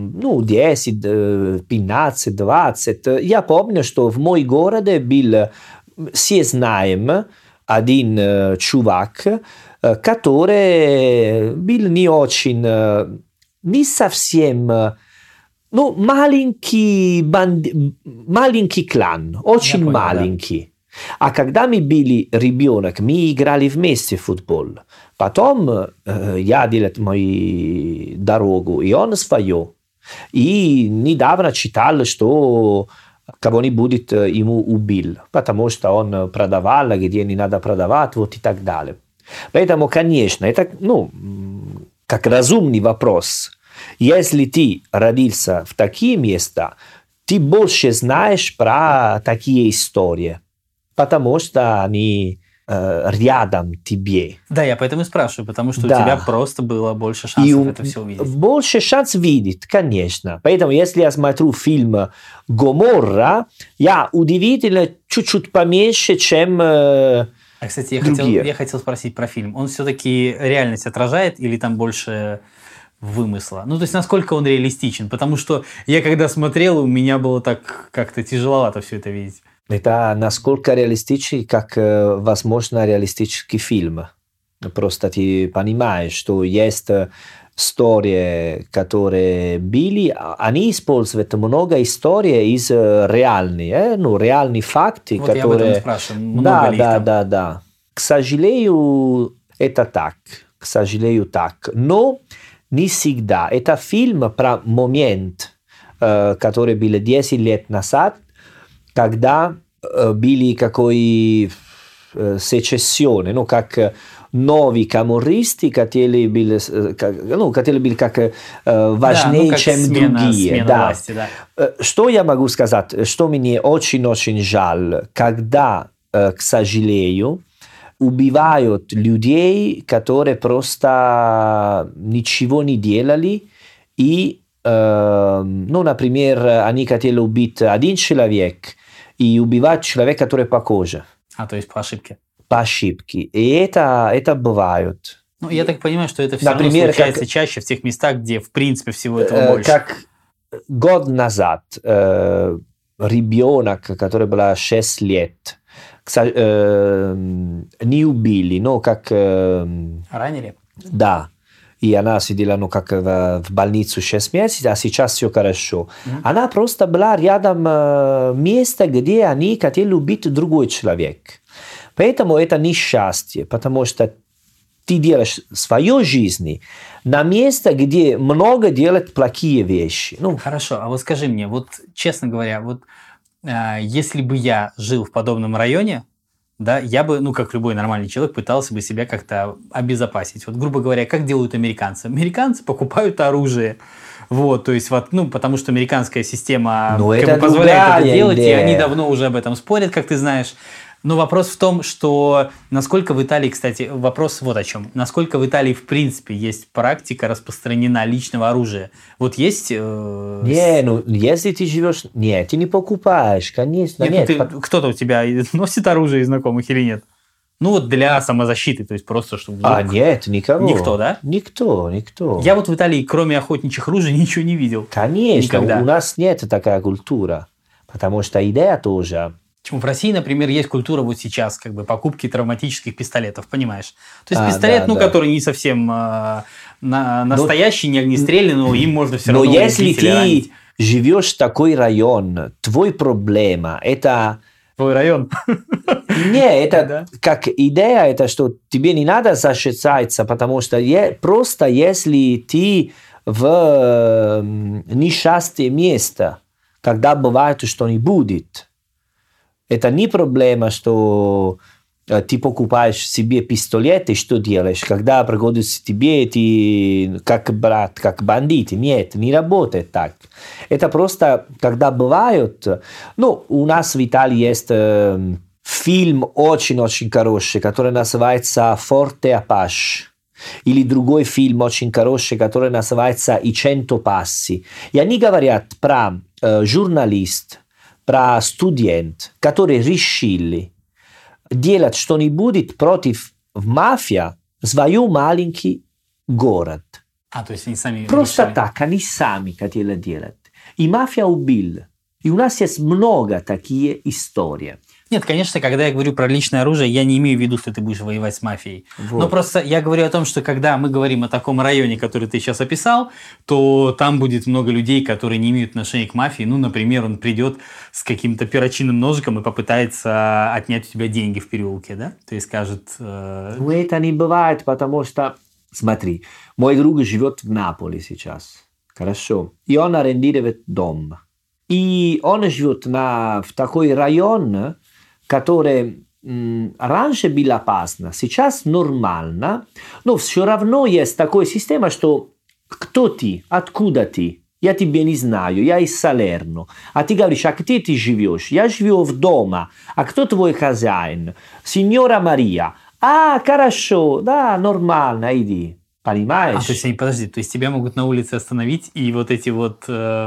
10, 15, 20, я помню, что в моем городе был, все знаем, один чувак, который был не очень, не совсем, маленький клан, очень маленький. Да. А когда мы были ребенок, мы играли вместе в футбол. Потом я делал мою дорогу, и он свою. И недавно читал, что кого-нибудь ему убил, потому что он продавал, где не надо продавать, вот и так далее. Поэтому, конечно, это, как разумный вопрос. Если ты родился в такие места, ты больше знаешь про такие истории, потому что они рядом тебе. Да, я поэтому и спрашиваю, потому что у тебя просто было больше шансов это все увидеть. Больше шансов видеть, конечно. Поэтому, если я смотрю фильм «Гоморра», я удивительно чуть-чуть поменьше, чем кстати, я хотел спросить про фильм. Он все-таки реальность отражает или там больше вымысла? То есть, насколько он реалистичен? Потому что я, когда смотрел, у меня было так как-то тяжеловато все это видеть. Это насколько реалистичный, как, возможно, реалистический фильм. Просто ты понимаешь, что есть истории, которые были, они используют много историй из реальных, реальные факты, вот которые... я об этом спрашиваю. Много ли их там? Да. К сожалению, это так. К сожалению, так. Но не всегда. Это фильм про момент, который был 10 лет назад, когда были какой сецессионы, ну, как новые каморристы хотели были как важнее, как чем смена другие. Да. Власти, да. Что я могу сказать? Что мне очень-очень жаль, когда, к сожалению, убивают людей, которые просто ничего не делали, и, например, они хотели убить один человек, и убивать человека, который похож. То есть по ошибке. По ошибке. И это бывает. Ну, я так понимаю, что это все равно случается чаще в тех местах, где, в принципе, всего этого больше. Как год назад ребенок, который был 6 лет, не убили, но как... Ранили? Да. И она сидела, как в больницу 6 месяцев, а сейчас все хорошо. Она просто была рядом места, где они хотели убить другой человек. Поэтому это несчастье, потому что ты делаешь свою жизнь на место, где много делают плохие вещи. Хорошо, а вот скажи мне, вот честно говоря, вот если бы я жил в подобном районе, да, я бы, как любой нормальный человек, пытался бы себя как-то обезопасить. Вот, грубо говоря, как делают американцы? Американцы покупают оружие. Вот, то есть, потому что американская система позволяет это делать, и они давно уже об этом спорят, как ты знаешь. Но вопрос в том, что насколько в Италии, кстати, вопрос вот о чем. Насколько в Италии, в принципе, есть практика распространена личного оружия? Вот есть... если ты живешь... Нет, ты не покупаешь, конечно. Нет. Кто-то у тебя носит оружие из знакомых или нет? Вот для самозащиты, то есть просто чтобы... нет, никого. Никто, да? Никто. Я вот в Италии, кроме охотничьих ружей, ничего не видел. Конечно, никогда. У нас нет такая культура, потому что идея тоже... В России, например, есть культура вот сейчас покупки травматических пистолетов, понимаешь? То есть пистолет, который не совсем настоящий, не огнестрельный, но им можно все равно убить или ранить. Но если ты живешь в такой район, твой проблема – это… Твой район? Нет, это как идея, это что тебе не надо защищаться, потому что просто если ты в несчастное место, когда бывает что-нибудь, это не проблема, что ты покупаешь себе пистолет и что делаешь. Когда приходят к тебе, ты как брат, как бандит. Нет, не работает так. Это просто, когда бывают... у нас в Италии есть фильм очень-очень хороший, который называется «Forte Apache». Или другой фильм очень хороший, который называется «I 100 passi». И они говорят про журналист, про студент, которые решили делать что-нибудь против мафии в свой маленький город. То есть они сами Просто решили. Так, они сами хотели делать. И мафия убила. И у нас есть много таких историй. Нет, конечно, когда я говорю про личное оружие, я не имею в виду, что ты будешь воевать с мафией. Вот. Но просто я говорю о том, что когда мы говорим о таком районе, который ты сейчас описал, то там будет много людей, которые не имеют отношения к мафии. Например, он придет с каким-то перочинным ножиком и попытается отнять у тебя деньги в переулке, да? То есть скажет... это не бывает, потому что... Смотри, мой друг живет в Наполе сейчас. Хорошо. И он арендирует дом. И он живет в такой район, который раньше был опасно, сейчас нормально, но все равно есть такая система, что кто ты, откуда ты, я тебя не знаю, я из Салерно, а ты говоришь, а где ты живешь? Я живу в доме, а кто твой хозяин? Сеньора Мария. Хорошо, да, нормально, иди. Понимаешь? То есть, подожди, то есть тебя могут на улице остановить и вот эти вот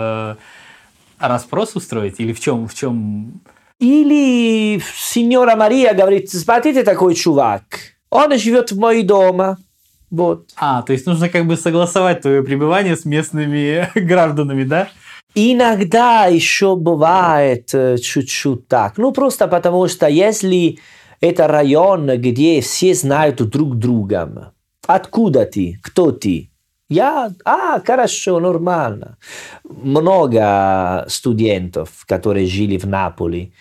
расспрос устроить? Или в чем? Или сеньора Мария говорит, смотрите, такой чувак, он живет в моем доме. Вот. То есть нужно согласовать твое пребывание с местными гражданами, да? Иногда еще бывает чуть-чуть так. Просто потому что если это район, где все знают друг друга, откуда ты, кто ты? Хорошо, нормально. Много студентов, которые жили в Наполе,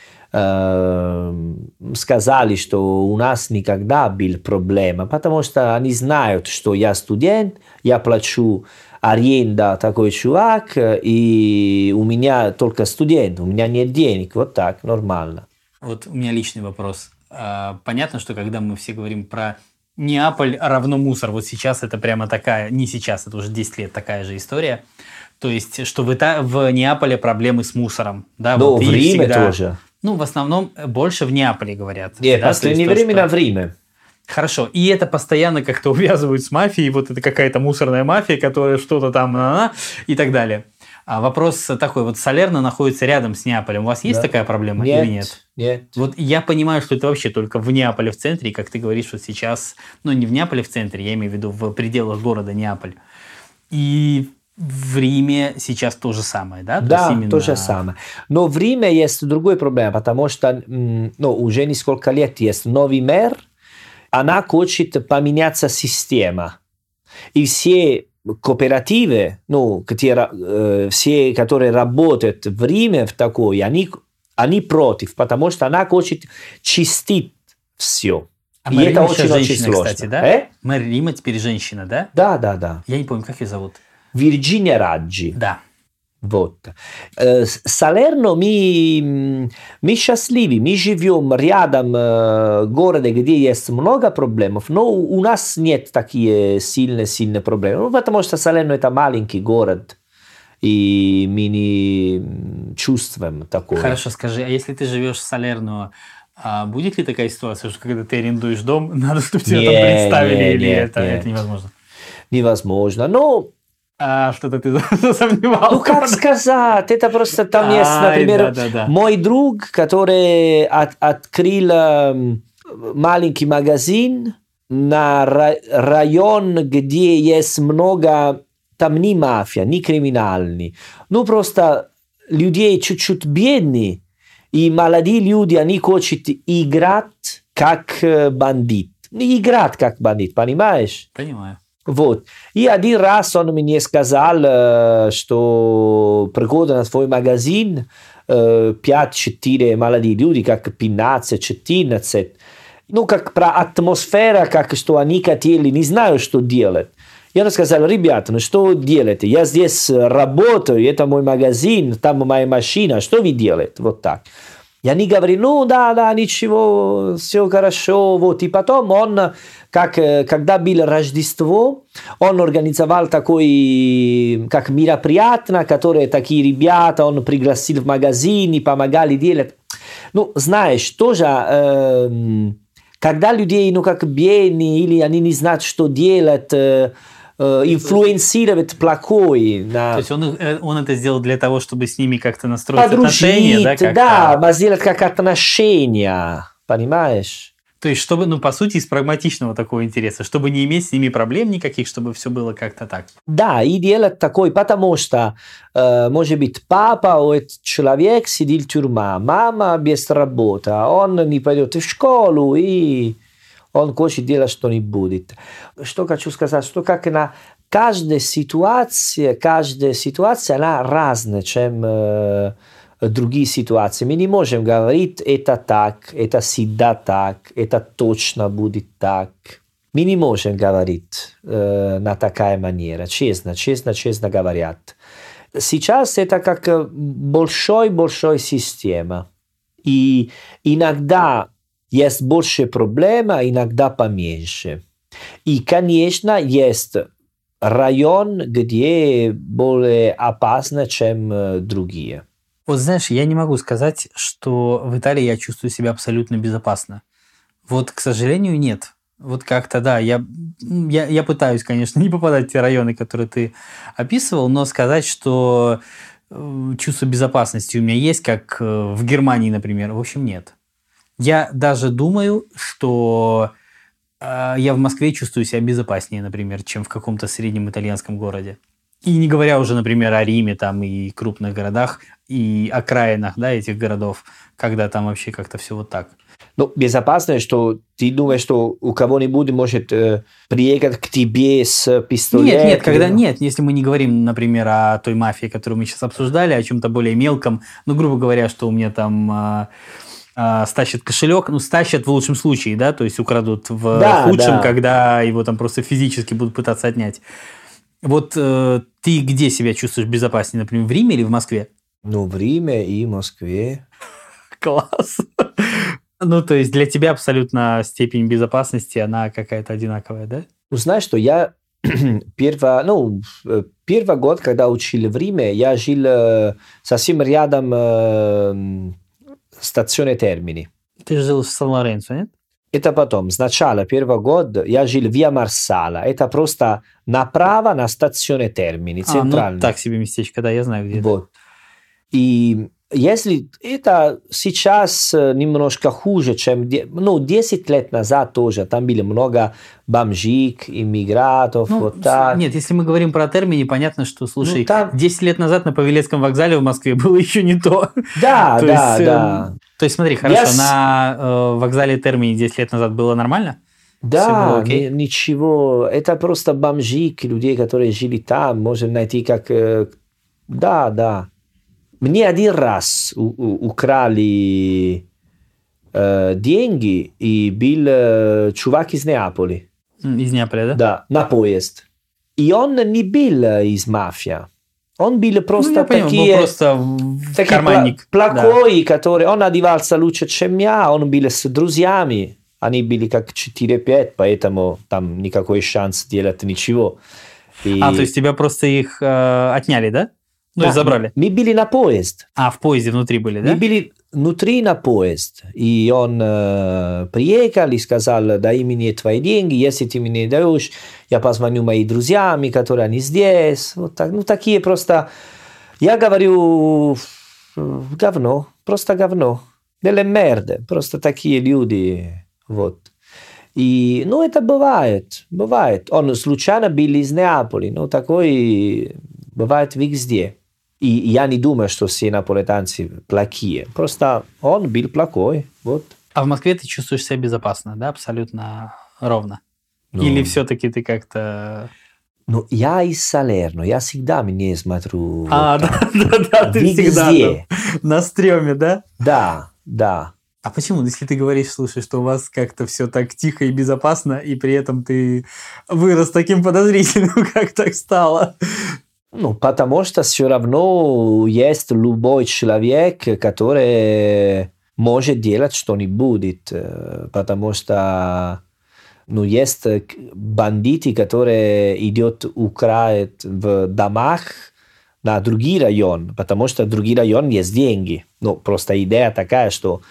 сказали, что у нас никогда был проблема, потому что они знают, что я студент, я плачу аренда такой чувак, и у меня только студент, у меня нет денег. Вот так, нормально. Вот у меня личный вопрос. Понятно, что когда мы все говорим про Неаполь равно мусор, вот сейчас это прямо такая, не сейчас, это уже 10 лет такая же история. То есть, что в Неаполе проблемы с мусором. Да, Но вот, в Риме тоже. Ну, в основном больше в Неаполе говорят. Нет, да? последнее время в Риме. Хорошо. И это постоянно как-то увязывают с мафией. Вот это какая-то мусорная мафия, которая что-то там и так далее. А вопрос такой. Вот Салерно находится рядом с Неаполем. У вас есть такая проблема нет, или нет? Нет. Вот я понимаю, что это вообще только в Неаполе в центре. И как ты говоришь, вот сейчас... Ну, не в Неаполе в центре, я имею в виду в пределах города Неаполь. И в Риме сейчас то же самое, да? Да, то же самое. Но в Риме есть другой проблема, потому что уже несколько лет есть новый мэр, она хочет поменяться система. И все кооперативы, все, которые работают в Риме в такой, они против, потому что она хочет чистить все. А и мэр это Рима очень сложно. Кстати, да? Мэр Рима теперь женщина, да? Да. Я не помню, как ее зовут. Virginia Raggi. Да. Вот. Салерно мы счастливы, мы живем рядом города, где есть много проблем, но у нас нет такие сильные проблемы, потому что Салерно это маленький город, и мы не чувствуем такое. Хорошо, скажи, а если ты живешь в Салерно, будет ли такая ситуация, что когда ты арендуешь дом, надо, чтобы тебя там представили, или это невозможно? Невозможно, но... что-то ты засомневался. Ну, как сказать, это просто там есть, например, мой друг, который открыл маленький магазин на район, где есть много, там не мафия, не криминальный, ну, просто людей чуть-чуть бедные, и молодые люди, они хотят играть как бандит. Играть как бандит, понимаешь? Понимаю. Вот. И один раз он мне сказал, что приходят на свой магазин 5-4 молодые люди, как 15-14. Ну, как про атмосферу, как что они хотели, не знаю, что делать. И он сказал: ребята, ну что делаете? Я здесь работаю, это мой магазин, там моя машина, что вы делаете? Вот так. И они говорили: ну да, ничего, все хорошо. Вот. И потом он, когда было Рождество, он организовал такой, как мероприятие, которые такие ребята, он пригласил в магазин и помогали делать. Ну, знаешь, тоже, когда людей, как бедные, или они не знают, что делать, инфлюенсировать плохой. То есть он это сделал для того, чтобы с ними как-то настроить отношения, да? Да, сделать как отношения, понимаешь? То есть, чтобы, по сути, из прагматичного такого интереса, чтобы не иметь с ними проблем никаких, чтобы все было как-то так. Да, и делать такой, потому что, может быть, папа, этот человек сидит в тюрьме, мама без работы, он не пойдет в школу, и он хочет делать что-нибудь. Что хочу сказать, что как на каждая ситуация, она разная, чем другие ситуации. Мы не можем говорить, это так, это всегда так, это точно будет так. Мы не можем говорить на такая манера, честно говорят. Сейчас это как большой система. И иногда есть больше проблем, а иногда поменьше. И, конечно, есть район, где более опасно, чем другие. Вот знаешь, я не могу сказать, что в Италии я чувствую себя абсолютно безопасно. Вот, к сожалению, нет. Вот как-то, да, я пытаюсь, конечно, не попадать в те районы, которые ты описывал, но сказать, что чувство безопасности у меня есть, как в Германии, например, в общем, нет. Я даже думаю, что я в Москве чувствую себя безопаснее, например, чем в каком-то среднем итальянском городе. И не говоря уже, например, о Риме там, и крупных городах, и окраинах, да, этих городов, когда там вообще как-то все вот так. Ну, безопасно, что ты думаешь, что у кого-нибудь может приехать к тебе с пистолетом? Нет, если мы не говорим, например, о той мафии, которую мы сейчас обсуждали, о чем-то более мелком, грубо говоря, что у меня там... стащат кошелек, стащат в лучшем случае, да, то есть украдут в худшем, когда его там просто физически будут пытаться отнять. Вот ты где себя чувствуешь безопаснее, например, в Риме или в Москве? Ну, в Риме и Москве. Класс. Ну, то есть для тебя абсолютно степень безопасности, она какая-то одинаковая, да? Ну, знаешь, что я первый год, когда учил в Риме, я жил совсем рядом стационе Термини. Ты жил в Сан-Лоренцо, нет? Это потом. Сначала, первый год, я жил в Виа Марсала. Это просто направо на стационе Термини, центральный. Ну, так себе местечко, да, я знаю, где вот. Это. И если это сейчас немножко хуже, чем 10 лет назад тоже, там было много бомжик, иммигрантов, вот так. Нет, если мы говорим про Термини, понятно, что, слушай, там... 10 лет назад на Павелецком вокзале в Москве было еще не то. Да, да. То есть, смотри, хорошо, на вокзале Термини 10 лет назад было нормально? Да, ничего, это просто бомжик, людей, которые жили там, можем найти как... Да. Мне один раз украли деньги, и был чувак из Неаполя. Из Неаполя, да? Да, на поезд. И он не был из мафии. Он был просто был просто карманник. Плохой, который... Он одевался лучше, чем я, он был с друзьями. Они были как 4-5, поэтому там никакой шанс делать ничего. То есть тебя просто их отняли, да? Ну, и забрали. Мы были на поезд. В поезде внутри были, да? Мы были внутри на поезд. И он приехал и сказал: дай мне твои деньги, если ты мне даешь, я позвоню моим друзьям, которые они здесь. Вот так. Ну, такие просто... Я говорю, говно, просто говно. Delle merde, просто такие люди. Вот. И, это бывает. Он случайно был из Неаполя, но такой бывает везде. И я не думаю, что все наполитанцы плохие. Просто он был плохой. Вот. А в Москве ты чувствуешь себя безопасно, да? Абсолютно ровно? Или все-таки ты как-то... Я из Салерно. Я всегда мне смотрю... Да, ты всегда на стреме, да? Да. А почему, если ты говоришь, слушай, что у вас как-то все так тихо и безопасно, и при этом ты вырос таким подозрительным, как так стало? Потому что все равно есть любой человек, который может делать что-нибудь. Потому что есть бандиты, которые идут украсть в домах на другие районы, потому что в другие районы есть деньги. Просто идея такая, что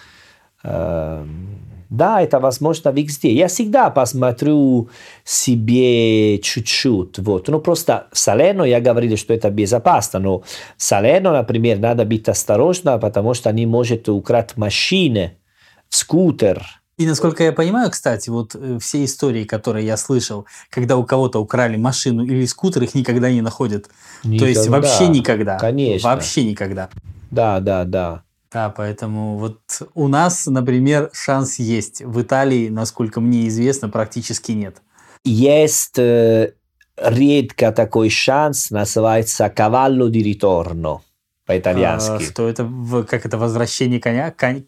да, это возможно везде. Я всегда посмотрю себе чуть-чуть. Вот. Просто в Салерно я говорил, что это безопасно. Но в Салерно, например, надо быть осторожным, потому что они могут украсть машины, скутер. И насколько я понимаю, кстати, вот все истории, которые я слышал, когда у кого-то украли машину или скутер, их никогда не находят. То есть вообще никогда. Конечно. Вообще никогда. Да. Да, поэтому вот у нас, например, шанс есть. В Италии, насколько мне известно, практически нет. Есть редко такой шанс, называется «cavallo di ritorno» по-итальянски. Что это? Как это возвращение коня? Конь...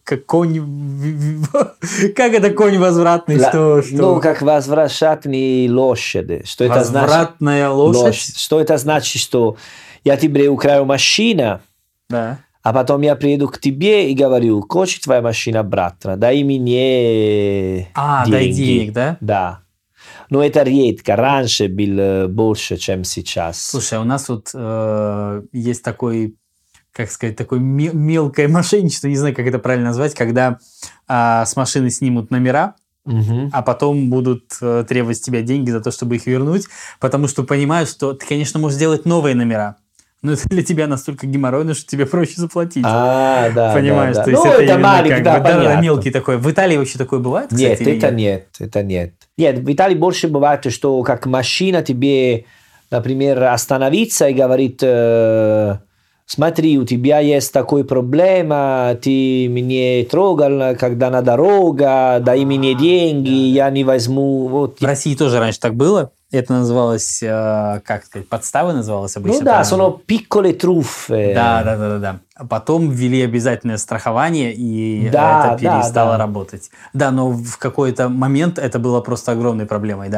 Как это конь возвратный? Что? Как возвращатные лошади. Что это значит? Возвратная лошадь? Что это значит, что я тебе украю машину, да. А потом я приеду к тебе и говорю: хочешь твоя машина обратно, дай мне деньги. Дай денег, да? Да. Но это редко. Раньше было больше, чем сейчас. Слушай, у нас вот есть такой, как сказать, такое мелкое мошенничество, не знаю, как это правильно назвать, когда с машины снимут номера, а потом будут требовать с тебя деньги за то, чтобы их вернуть, потому что понимают, что ты, конечно, можешь сделать новые номера, но это для тебя настолько геморройно, что тебе проще заплатить. Да. Понимаешь? Да. То есть это маленький, да, мелкий такой. В Италии вообще такое бывает, кстати? Нет, это нет. Нет, в Италии больше бывает, что как машина тебе, например, остановится и говорит: смотри, у тебя есть такой проблема, ты меня трогал, когда на дорога, дай мне деньги, я не возьму. Вот. В России тоже раньше так было. Это называлось, как сказать, подставы называлось обычно. sono piccole truffe. Да. А потом ввели обязательное страхование, и это перестало работать. Да, но в какой-то момент это было просто огромной проблемой, да.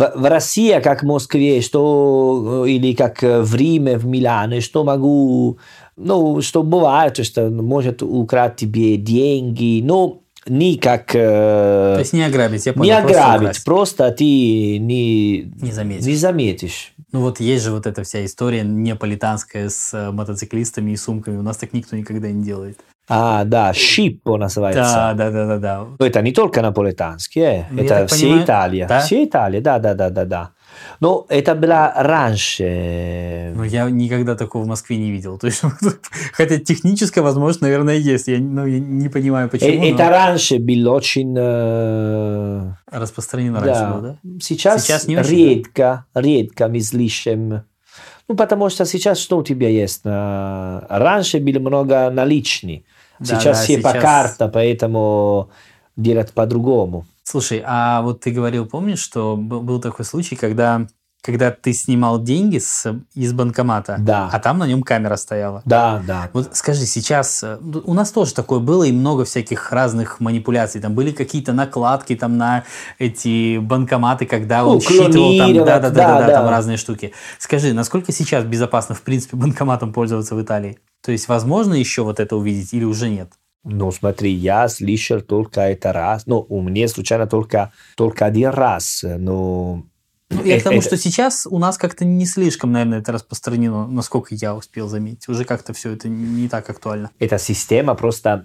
в России, как в Москве, что или как в Риме, в Милане, что могу, ну, что бывает, что может украсть тебе деньги, но не как... То есть не ограбить, я понял. Не ограбить, просто ты не заметишь. Ну вот есть же вот эта вся история неаполитанская с мотоциклистами и сумками. У нас так никто никогда не делает. А, да, Scippo называется. Да. Это не только наполитанский, Ну, это вся понимаю, Италия. да? Вся Италия, да. Но это было раньше. Ну, я никогда такого в Москве не видел. То есть, хотя техническая возможность, наверное, есть. Я не понимаю, почему. Это раньше было очень... распространено раньше было, да? Сейчас не очень, редко мы слышим. Ну, потому что сейчас что у тебя есть? Раньше было много наличных. Сейчас все по карте, поэтому делать по-другому. Слушай, а вот ты говорил, помнишь, что был такой случай, когда ты снимал деньги из банкомата, да. А там на нем камера стояла. Да. Вот скажи, сейчас у нас тоже такое было, и много всяких разных манипуляций. Там были какие-то накладки там на эти банкоматы, когда он считывал там, там разные штуки. Скажи, насколько сейчас безопасно, в принципе, банкоматом пользоваться в Италии? То есть, возможно еще вот это увидеть или уже нет? Ну, смотри, я слышал только это раз. Ну, у меня случайно только один раз. Но... Я к тому, что сейчас у нас как-то не слишком, наверное, это распространено, насколько я успел заметить. Уже как-то все это не так актуально. Эта система просто...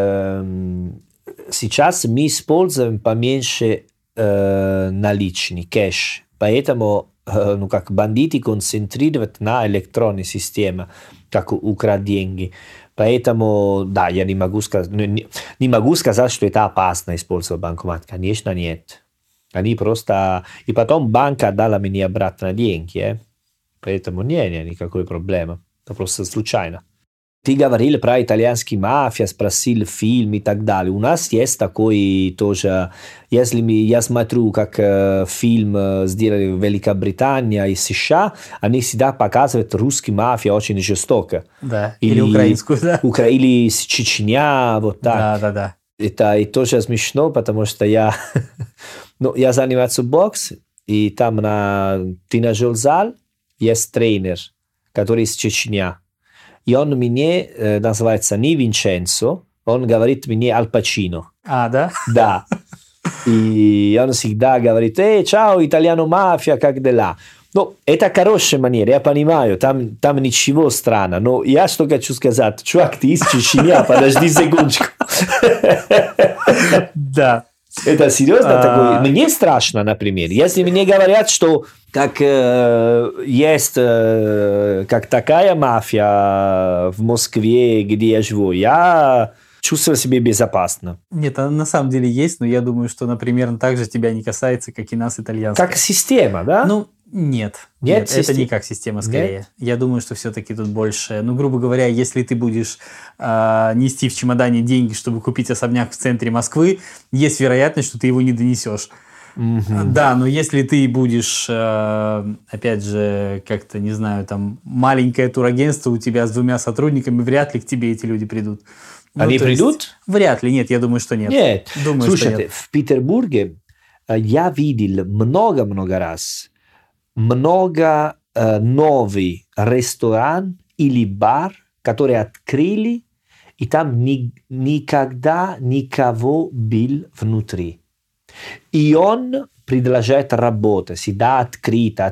сейчас мы используем поменьше наличный, кэш. Поэтому бандиты концентрируют на электронной системе, как украсть деньги. Поэтому, да, я не могу сказать, что это опасно использовать банкомат. Конечно, нет. Они просто... И потом банка дала мне обратно деньги. Поэтому нет никакой проблемы. Это просто случайно. Ты говорил про итальянский мафия, спросил фильм и так далее. У нас есть такой тоже... Если я смотрю, как фильм сделали в Великобритании и США, они всегда показывают русский мафия очень жестоко. Да, или украинскую, да. Или Чечня, вот так. Да. Это и тоже смешно, потому что я занимаюсь боксом, и там на тренажерный зал есть тренер, который из Чечни. И он мне называется не Винченцо, он говорит мне Аль Пачино. А, да? Да. И он всегда говорит: «Чао, итальяно мафия, как дела?» Ну, это хорошая манера, я понимаю, там ничего странного. Но я что хочу сказать, чувак, ты из Чечни, подожди секундочку. Да. Это серьезно такое? Мне страшно, например. Если мне говорят, что как есть как такая мафия в Москве, где я живу, я чувствую себя безопасно. Нет, на самом деле есть, но я думаю, что она примерно так же тебя не касается, как и нас, итальянцев. Как система, да? Ну, нет, это не как система, скорее. Нет? Я думаю, что все-таки тут больше... Ну, грубо говоря, если ты будешь нести в чемодане деньги, чтобы купить особняк в центре Москвы, есть вероятность, что ты его не донесешь. Mm-hmm. Да, но если ты будешь, опять же, как-то, не знаю, там, маленькое турагентство у тебя с 2 сотрудниками, вряд ли к тебе эти люди придут. Они придут? Вряд ли, нет, я думаю, что нет. Нет. Думаю, слушайте, что нет. В Петербурге я видел много раз много новых ресторан или бар, которые открыли, и там никогда никого был внутри. И он продолжает работать, всегда открыто.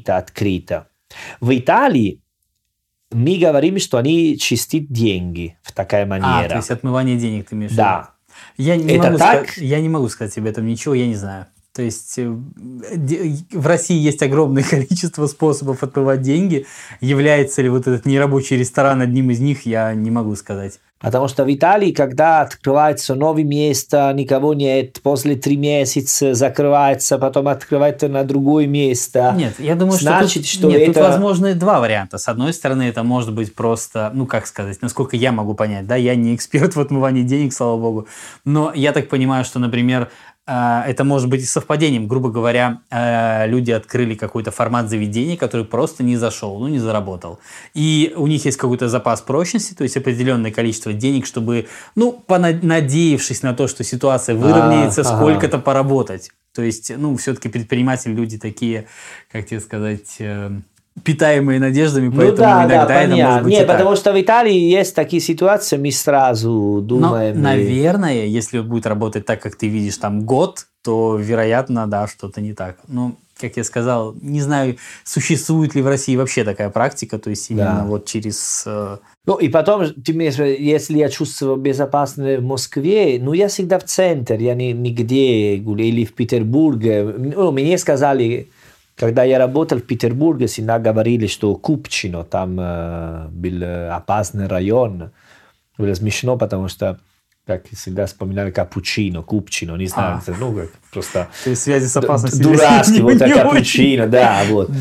В Италии мы говорим, что они чистят деньги в такая манера. То есть отмывание денег ты имеешь в виду? Да. Я не могу сказать тебе этом ничего, я не знаю. То есть в России есть огромное количество способов отмывать деньги. Является ли вот этот нерабочий ресторан одним из них, я не могу сказать. Потому что в Италии, когда открывается новое место, никого нет, после 3 месяца закрывается, потом открывается на другое место. Нет, я думаю, значит, что тут возможны 2 варианта. С одной стороны, это может быть просто, ну как сказать, насколько я могу понять, да, я не эксперт в отмывании денег, слава богу, но я так понимаю, что, например, это может быть и совпадением. Грубо говоря, люди открыли какой-то формат заведения, который просто не зашел, не заработал. И у них есть какой-то запас прочности, то есть определенное количество денег, чтобы, понадеявшись на то, что ситуация выровняется, сколько-то поработать. То есть, ну, все-таки предприниматели люди такие, как тебе сказать, питаемые надеждами, поэтому иногда это может быть. Нет, потому что в Италии есть такие ситуации, мы сразу думаем. Но, наверное, если будет работать так, как ты видишь, там год, то, вероятно, да, что-то не так. Ну, как я сказал, не знаю, существует ли в России вообще такая практика, то есть именно вот через... Ну, и потом, если я чувствую безопасно в Москве, ну, я всегда в центре, я нигде, или в Петербурге. Ну, мне сказали, когда я работал в Петербурге, всегда говорили, что Купчино, там был опасный район. Было смешно, потому что как всегда вспоминали капучино, купчино, не знаю, ну как просто... То есть связи с опасностью. Дурацкий, вот капучино, да, вот.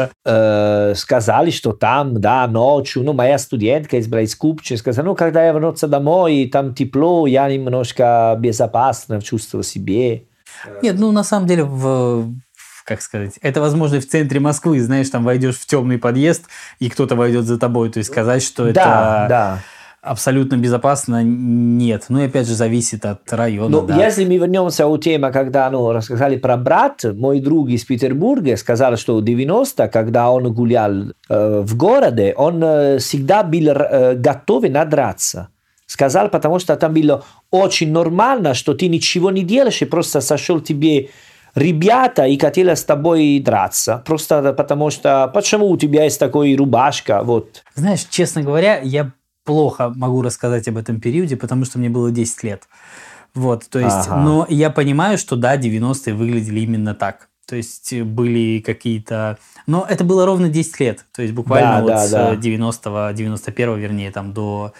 Да. Сказали, что там, да, ночью, ну, моя студентка из Купчино сказала, ну, когда я вернуться домой, там тепло, я немножко безопасно чувствую себе. Нет, ну, на самом деле, как сказать, это возможно и в центре Москвы, знаешь, там войдешь в темный подъезд, и кто-то войдет за тобой, то есть сказать, что это... Абсолютно безопасно нет. Ну и опять же зависит от района. Но если мы вернемся у темы, когда рассказали про брат, мой друг из Петербурга сказал, что в 90-е, когда он гулял в городе, он всегда был готов надраться. Сказал, потому что там было очень нормально, что ты ничего не делаешь, и просто сошел тебе ребята и хотели с тобой драться. Просто потому что, почему у тебя есть такой рубашка, вот. Знаешь, честно говоря, я плохо могу рассказать об этом периоде, потому что мне было 10 лет. Вот, то есть, но я понимаю, что да, 90-е выглядели именно так. То есть были какие-то... Но это было ровно 10 лет. То есть буквально с 90-го, 91-го, вернее, там до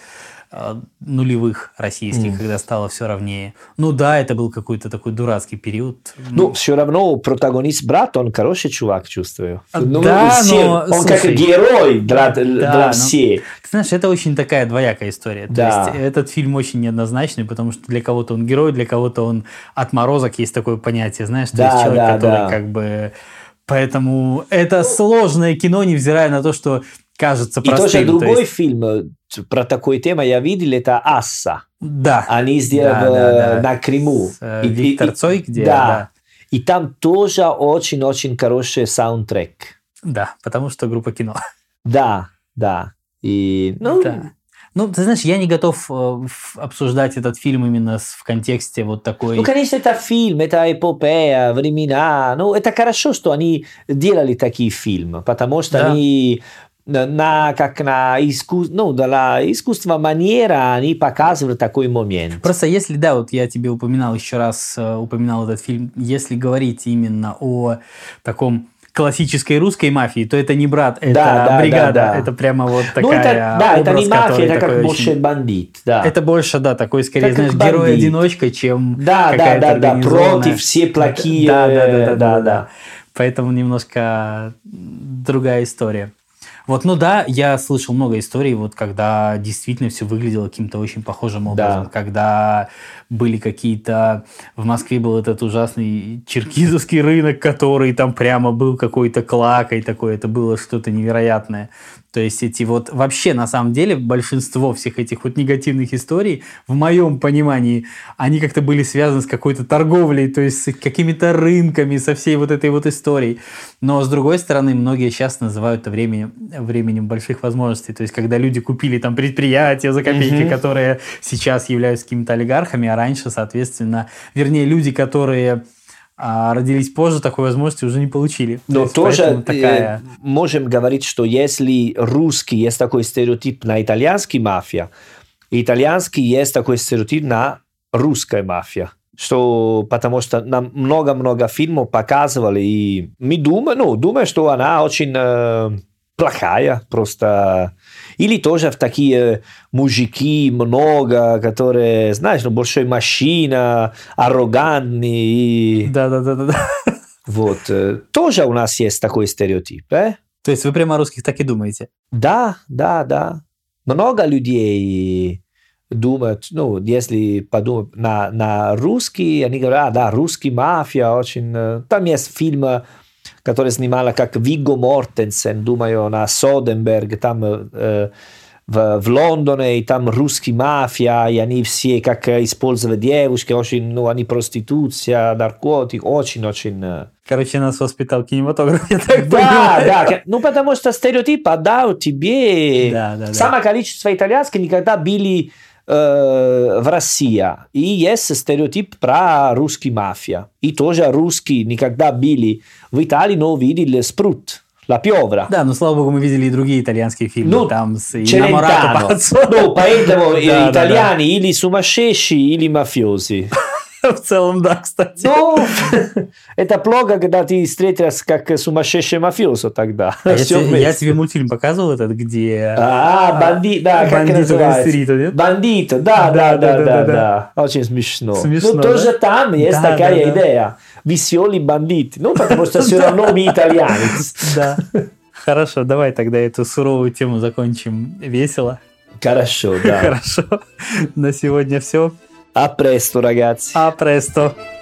нулевых российских, когда стало все ровнее. Ну да, это был какой-то такой дурацкий период. Ну, все равно протагонист брат, он хороший чувак, чувствую. Да, но... Он как герой для всех. Ты знаешь, это очень такая двоякая история. То есть этот фильм очень неоднозначный, потому что для кого-то он герой, для кого-то он отморозок, есть такое понятие, знаешь, то есть человек, который как бы... Поэтому это сложное кино, невзирая на то, что кажется простым. И тоже другой фильм про такую тему я видел, это «Асса». Да. Они сделали на Крыму. Виктор Цой, где... Да. И там тоже очень-очень хороший саундтрек. Да, потому что группа кино. Да. И, Ну, ты знаешь, я не готов обсуждать этот фильм именно в контексте вот такой... Ну, конечно, это фильм, это эпопея, времена. Ну, это хорошо, что они делали такие фильмы, потому что они... искусство манера, они показывают такой момент. Просто если, да, вот я тебе упоминал еще раз, упоминал этот фильм, если говорить именно о таком классической русской мафии, то это не брат, это бригада, это прямо вот такая... это не мафия, это как больше бандит. Да. Это больше, да, такой, скорее, знаешь, герой-одиночка, чем какая-то организованная... против все плохие. Да. Поэтому немножко другая история. Вот, ну да, я слышал много историй, вот когда действительно все выглядело каким-то очень похожим образом, когда были какие-то... В Москве был этот ужасный черкизовский рынок, который там прямо был какой-то клакой такой, это было что-то невероятное. То есть эти вот... Вообще, на самом деле, большинство всех этих вот негативных историй, в моем понимании, они как-то были связаны с какой-то торговлей, то есть с какими-то рынками, со всей вот этой вот историей. Но, с другой стороны, многие сейчас называют это временем больших возможностей. То есть, когда люди купили там предприятия за копейки, которые сейчас являются какими-то олигархами, а раньше, соответственно... Вернее, люди, которые... родились позже, такой возможности уже не получили. Но тоже можем говорить, что если русский есть такой стереотип на итальянский мафия, итальянский есть такой стереотип на русская мафия. Что, потому что нам много-много фильмов показывали, и мы думаем, что она очень плохая, просто... Или тоже в такие мужики много, которые, знаешь, большая машина, аррогантные. Да. Вот. Тоже у нас есть такой стереотип. То есть вы прямо о русских так и думаете? Да. Много людей думают, если подумать на русский, они говорят, русский мафия очень... Там есть фильм, который снимала как Вигго Мортенсен, думаю, на Соденберг, там в Лондоне, и там русские мафия, и они все как использовали девушки, очень, ну, они проституция, наркотик, очень-очень... Короче, нас воспитал кинематограф, я так понимаю. Да, ну, потому что стереотип отдал тебе... Самое количество итальянских никогда были в России. И есть стереотип про русский мафия. И тоже русские никогда были в Италии, но видели спрут. La Piovra. Да, но слава богу, мы видели и другие итальянские фильмы. Ну, там с Celentano. Ну, поэтому итальяне или сумасшедшие, или мафиози. В целом, да, кстати. Ну, это плохо, когда ты встретился как сумасшедший мафиозо тогда. Я тебе мультфильм показывал этот, где... Бандит, да, как называется? Нет? Бандито, да. Очень смешно. Ну, тоже там есть такая идея. Веселый бандит. Ну, потому что все равно мы итальянец. Да. Хорошо, давай тогда эту суровую тему закончим весело. Хорошо, да. Хорошо. На сегодня все. A presto, ragazzi. A presto.